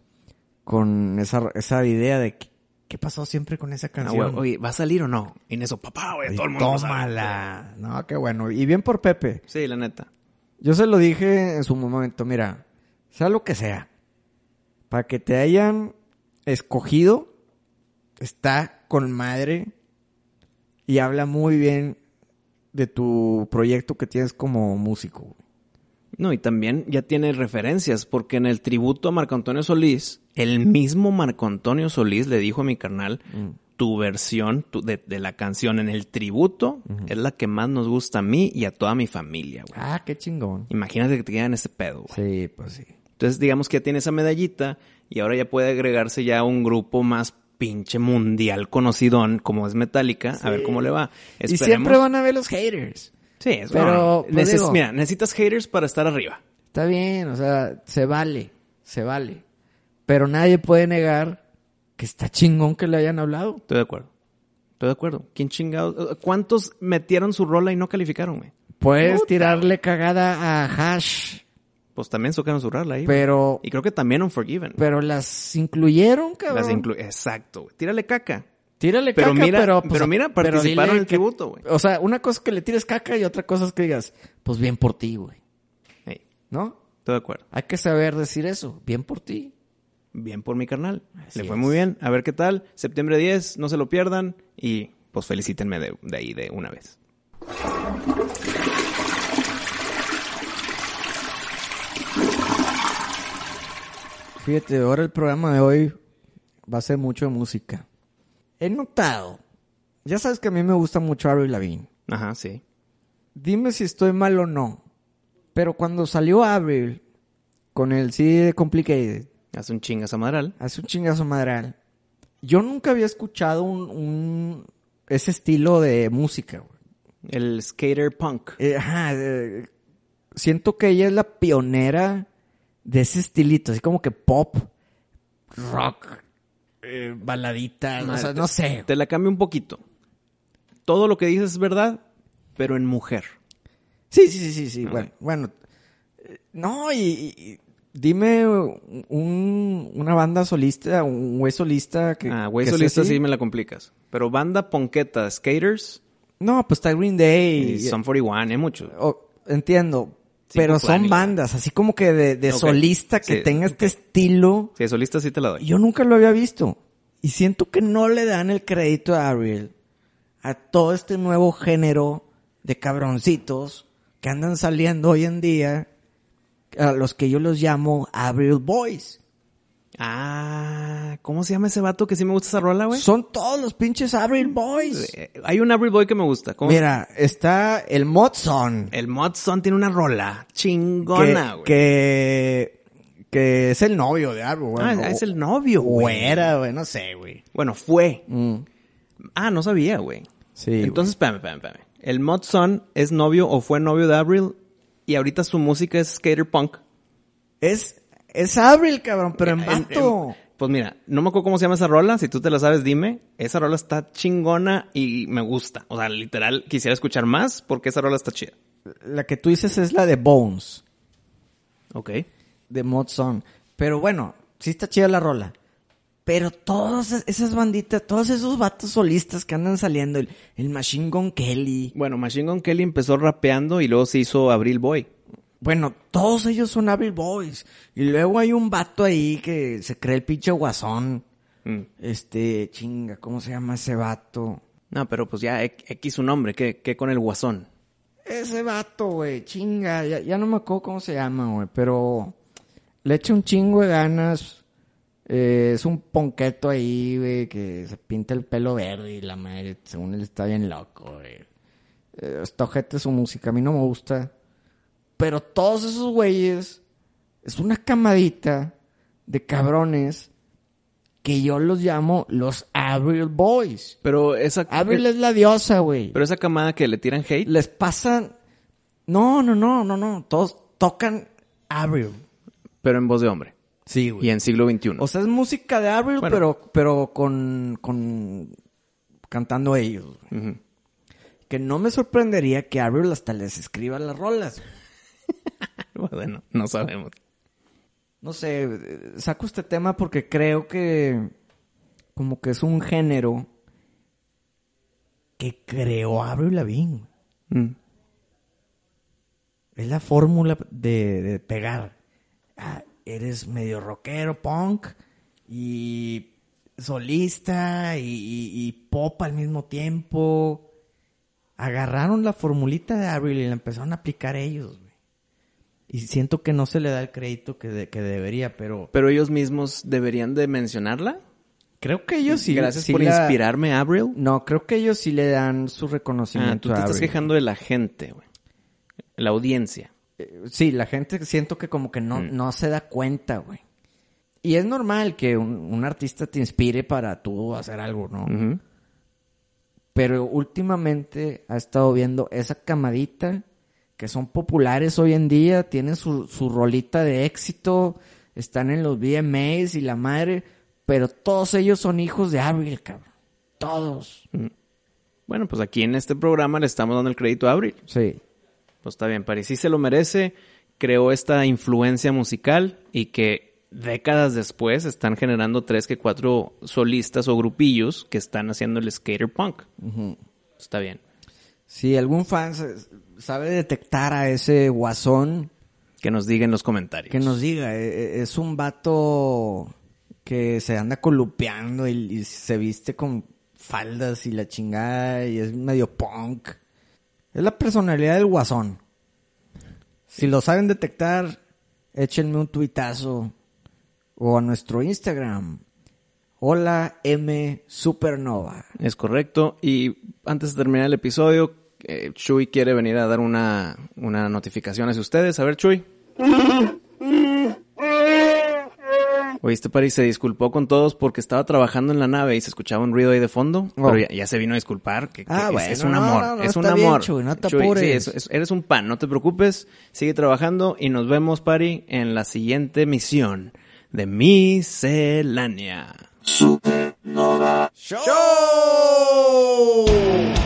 con esa idea de qué pasó siempre con esa Ah, canción. güey, oye, ¿va a salir o no? Y en eso, papá, güey, todo el mundo lo sabe. Tómala. No, qué bueno. Y bien por Pepe. Sí, la neta. Yo se lo dije en su momento, mira, sea lo que sea, para que te hayan escogido, está con madre y habla muy bien de tu proyecto que tienes como músico, güey. No, y también ya tiene referencias, porque en el tributo a Marco Antonio Solís, el mismo Marco Antonio Solís le dijo a mi carnal, tu versión de la canción en el tributo es la que más nos gusta a mí y a toda mi familia, güey. Ah, qué chingón. Imagínate que te quedan ese pedo, güey. Sí, pues sí. Entonces, digamos que ya tiene esa medallita y ahora ya puede agregarse ya a un grupo más pinche mundial conocidón como es Metallica, a ver cómo le va. Y siempre van a ver los haters. Sí, es Pero, no, pues digo- mira, necesitas haters para estar arriba. Está bien, o sea, se vale. Pero nadie puede negar que está chingón que le hayan hablado. Estoy de acuerdo. ¿Quién chingados? ¿Cuántos metieron su rola y no calificaron, güey? Puedes Puta, tirarle cagada a Hash, Pues también tocaron su rola ahí, güey. pero Y creo que también Unforgiven. Pero las incluyeron, cabrón. Exacto, güey. Tírale caca. Tírale Pero caca, mira, pero... pues, pero mira, pero participaron dile en el que- tributo, güey. O sea, una cosa es que le tires caca y otra cosa es que digas, pues bien por ti, güey. Hey, ¿No? estoy de acuerdo. Hay que saber decir eso. Bien por ti. Bien por mi carnal. Así Le fue es. muy bien. A ver qué tal. Septiembre 10, no se lo pierdan. Y pues felicítenme de ahí de una vez. Fíjate, ahora el programa de hoy va a ser mucho de música. He notado, ya sabes que a mí me gusta mucho Avril Lavigne. Ajá, sí. Dime si estoy mal o no, pero cuando salió Avril con el CD Complicated, Hace un chingas a madral. hace un chingazo madral, yo nunca había escuchado ese estilo de música, güey. El skater punk. Siento que ella es la pionera de ese estilito, así como que pop, rock, baladita, o Madre, sea, no sé. Te la cambio un poquito. Todo lo que dices es verdad, pero en mujer. Sí. Bueno. No, y dime una banda solista, un güey solista que... Güey que sea solista así. sí me la complicas. Pero banda ponqueta, Skaters No, pues está Green Day. y Son 41, mucho. Entiendo. Sí, Pero pues, son ni- bandas, así como que de Ok. solista que Sí, tenga ok. este estilo. Sí, de solista sí te la doy. Yo nunca lo había visto. Y siento que no le dan el crédito a Avril, a todo este nuevo género de cabroncitos que andan saliendo hoy en día, a los que yo los llamo Avril Boys. ¿Cómo se llama ese vato que sí me gusta esa rola, güey? Son todos los pinches Avril Boys. Hay un Avril Boy que me gusta. ¿Cómo? Mira, está el Modson. El Modson tiene una rola chingona, güey. Que es el novio de Avril, güey. Es el novio, O güey. era, güey, no sé, güey. Bueno, fue. Mm. No sabía, güey. Sí. Entonces, espérame. El Modson es novio o fue novio de Avril y ahorita su música es skater punk. Es Avril, cabrón, pero en vato. Pues mira, no me acuerdo cómo se llama esa rola. Si tú te la sabes, dime. Esa rola está chingona y me gusta. O sea, literal, quisiera escuchar más porque esa rola está chida. La que tú dices es la de Bones, Ok. de Modson. Pero bueno, sí está chida la rola. Pero todas esas banditas, todos esos vatos solistas que andan saliendo, el Machine Gun Kelly. Bueno, Machine Gun Kelly empezó rapeando y luego se hizo Avril Boy. Bueno, todos ellos son Avril Boys. Y luego hay un vato ahí que se cree el pinche guasón. Chinga, ¿cómo se llama ese vato? No, pero pues ya X su nombre. ¿Qué con el guasón? Ese vato, güey, chinga. Ya no me acuerdo cómo se llama, güey. Pero le echa un chingo de ganas. Es un ponqueto ahí, güey, que se pinta el pelo verde y la madre, según él está bien loco, güey. Está ojete su música, a mí no me gusta. Pero todos esos güeyes es una camadita de cabrones que yo los llamo los Avril Boys. Pero esa... Avril es la diosa, güey. Pero esa camada que le tiran hate. Les pasan... No. Todos tocan Avril. Pero en voz de hombre. Sí, Y en siglo XXI. O sea, es música de Avril, Bueno. pero con cantando ellos. Güey. Ujú. Que no me sorprendería que Avril hasta les escriba las rolas. Bueno, no sabemos. No sé, saco este tema porque creo que como que es un género que creó Avril Lavigne. Es la fórmula de pegar. Eres medio rockero, punk, y solista, y pop al mismo tiempo. Agarraron la formulita de Avril y la empezaron a aplicar ellos, güey. Y siento que no se le da el crédito que debería, pero... Pero ellos mismos deberían de mencionarla. Creo que ellos sí... Gracias sí por inspirarme, Avril. No, creo que ellos sí le dan su Tú reconocimiento te a estás Avril. quejando de la gente, güey. La audiencia. Sí, la gente siento que como que no se da cuenta, güey. Y es normal que un artista te inspire para tú hacer algo, ¿no? Ujú. Pero últimamente ha estado viendo esa camadita que son populares hoy en día, tienen su rolita de éxito, están en los VMAs y la madre, pero todos ellos son hijos de Avril, cabrón. Todos. Bueno, pues aquí en este programa le estamos dando el crédito a Avril. Sí. Pues está bien, París sí se lo merece. Creó esta influencia musical y que décadas después están generando 3 que 4 solistas o grupillos que están haciendo el skater punk. Está bien. Si algún fan sabe detectar a ese guasón, Que nos diga en los comentarios. que nos diga, es un vato que se anda colupeando y se viste con faldas y la chingada y es medio punk. Es la personalidad del guasón. Si lo saben detectar, échenme un tuitazo o a nuestro Instagram. Hola M Supernova. Es correcto. Y antes de terminar el episodio, Chuy quiere venir a dar una notificación hacia ustedes. A ver, Chuy. Oíste, París, se disculpó con todos porque estaba trabajando en la nave y se escuchaba un ruido ahí de fondo. Oh. Pero ya se vino a disculpar. Es un no, amor. no, es un está bien, amor. Chuy, no te Chuy, apures. sí, eres un pan. No te preocupes. Sigue trabajando y nos vemos, Pari, en la siguiente emisión de Miscelánea. Supernova ¡Show!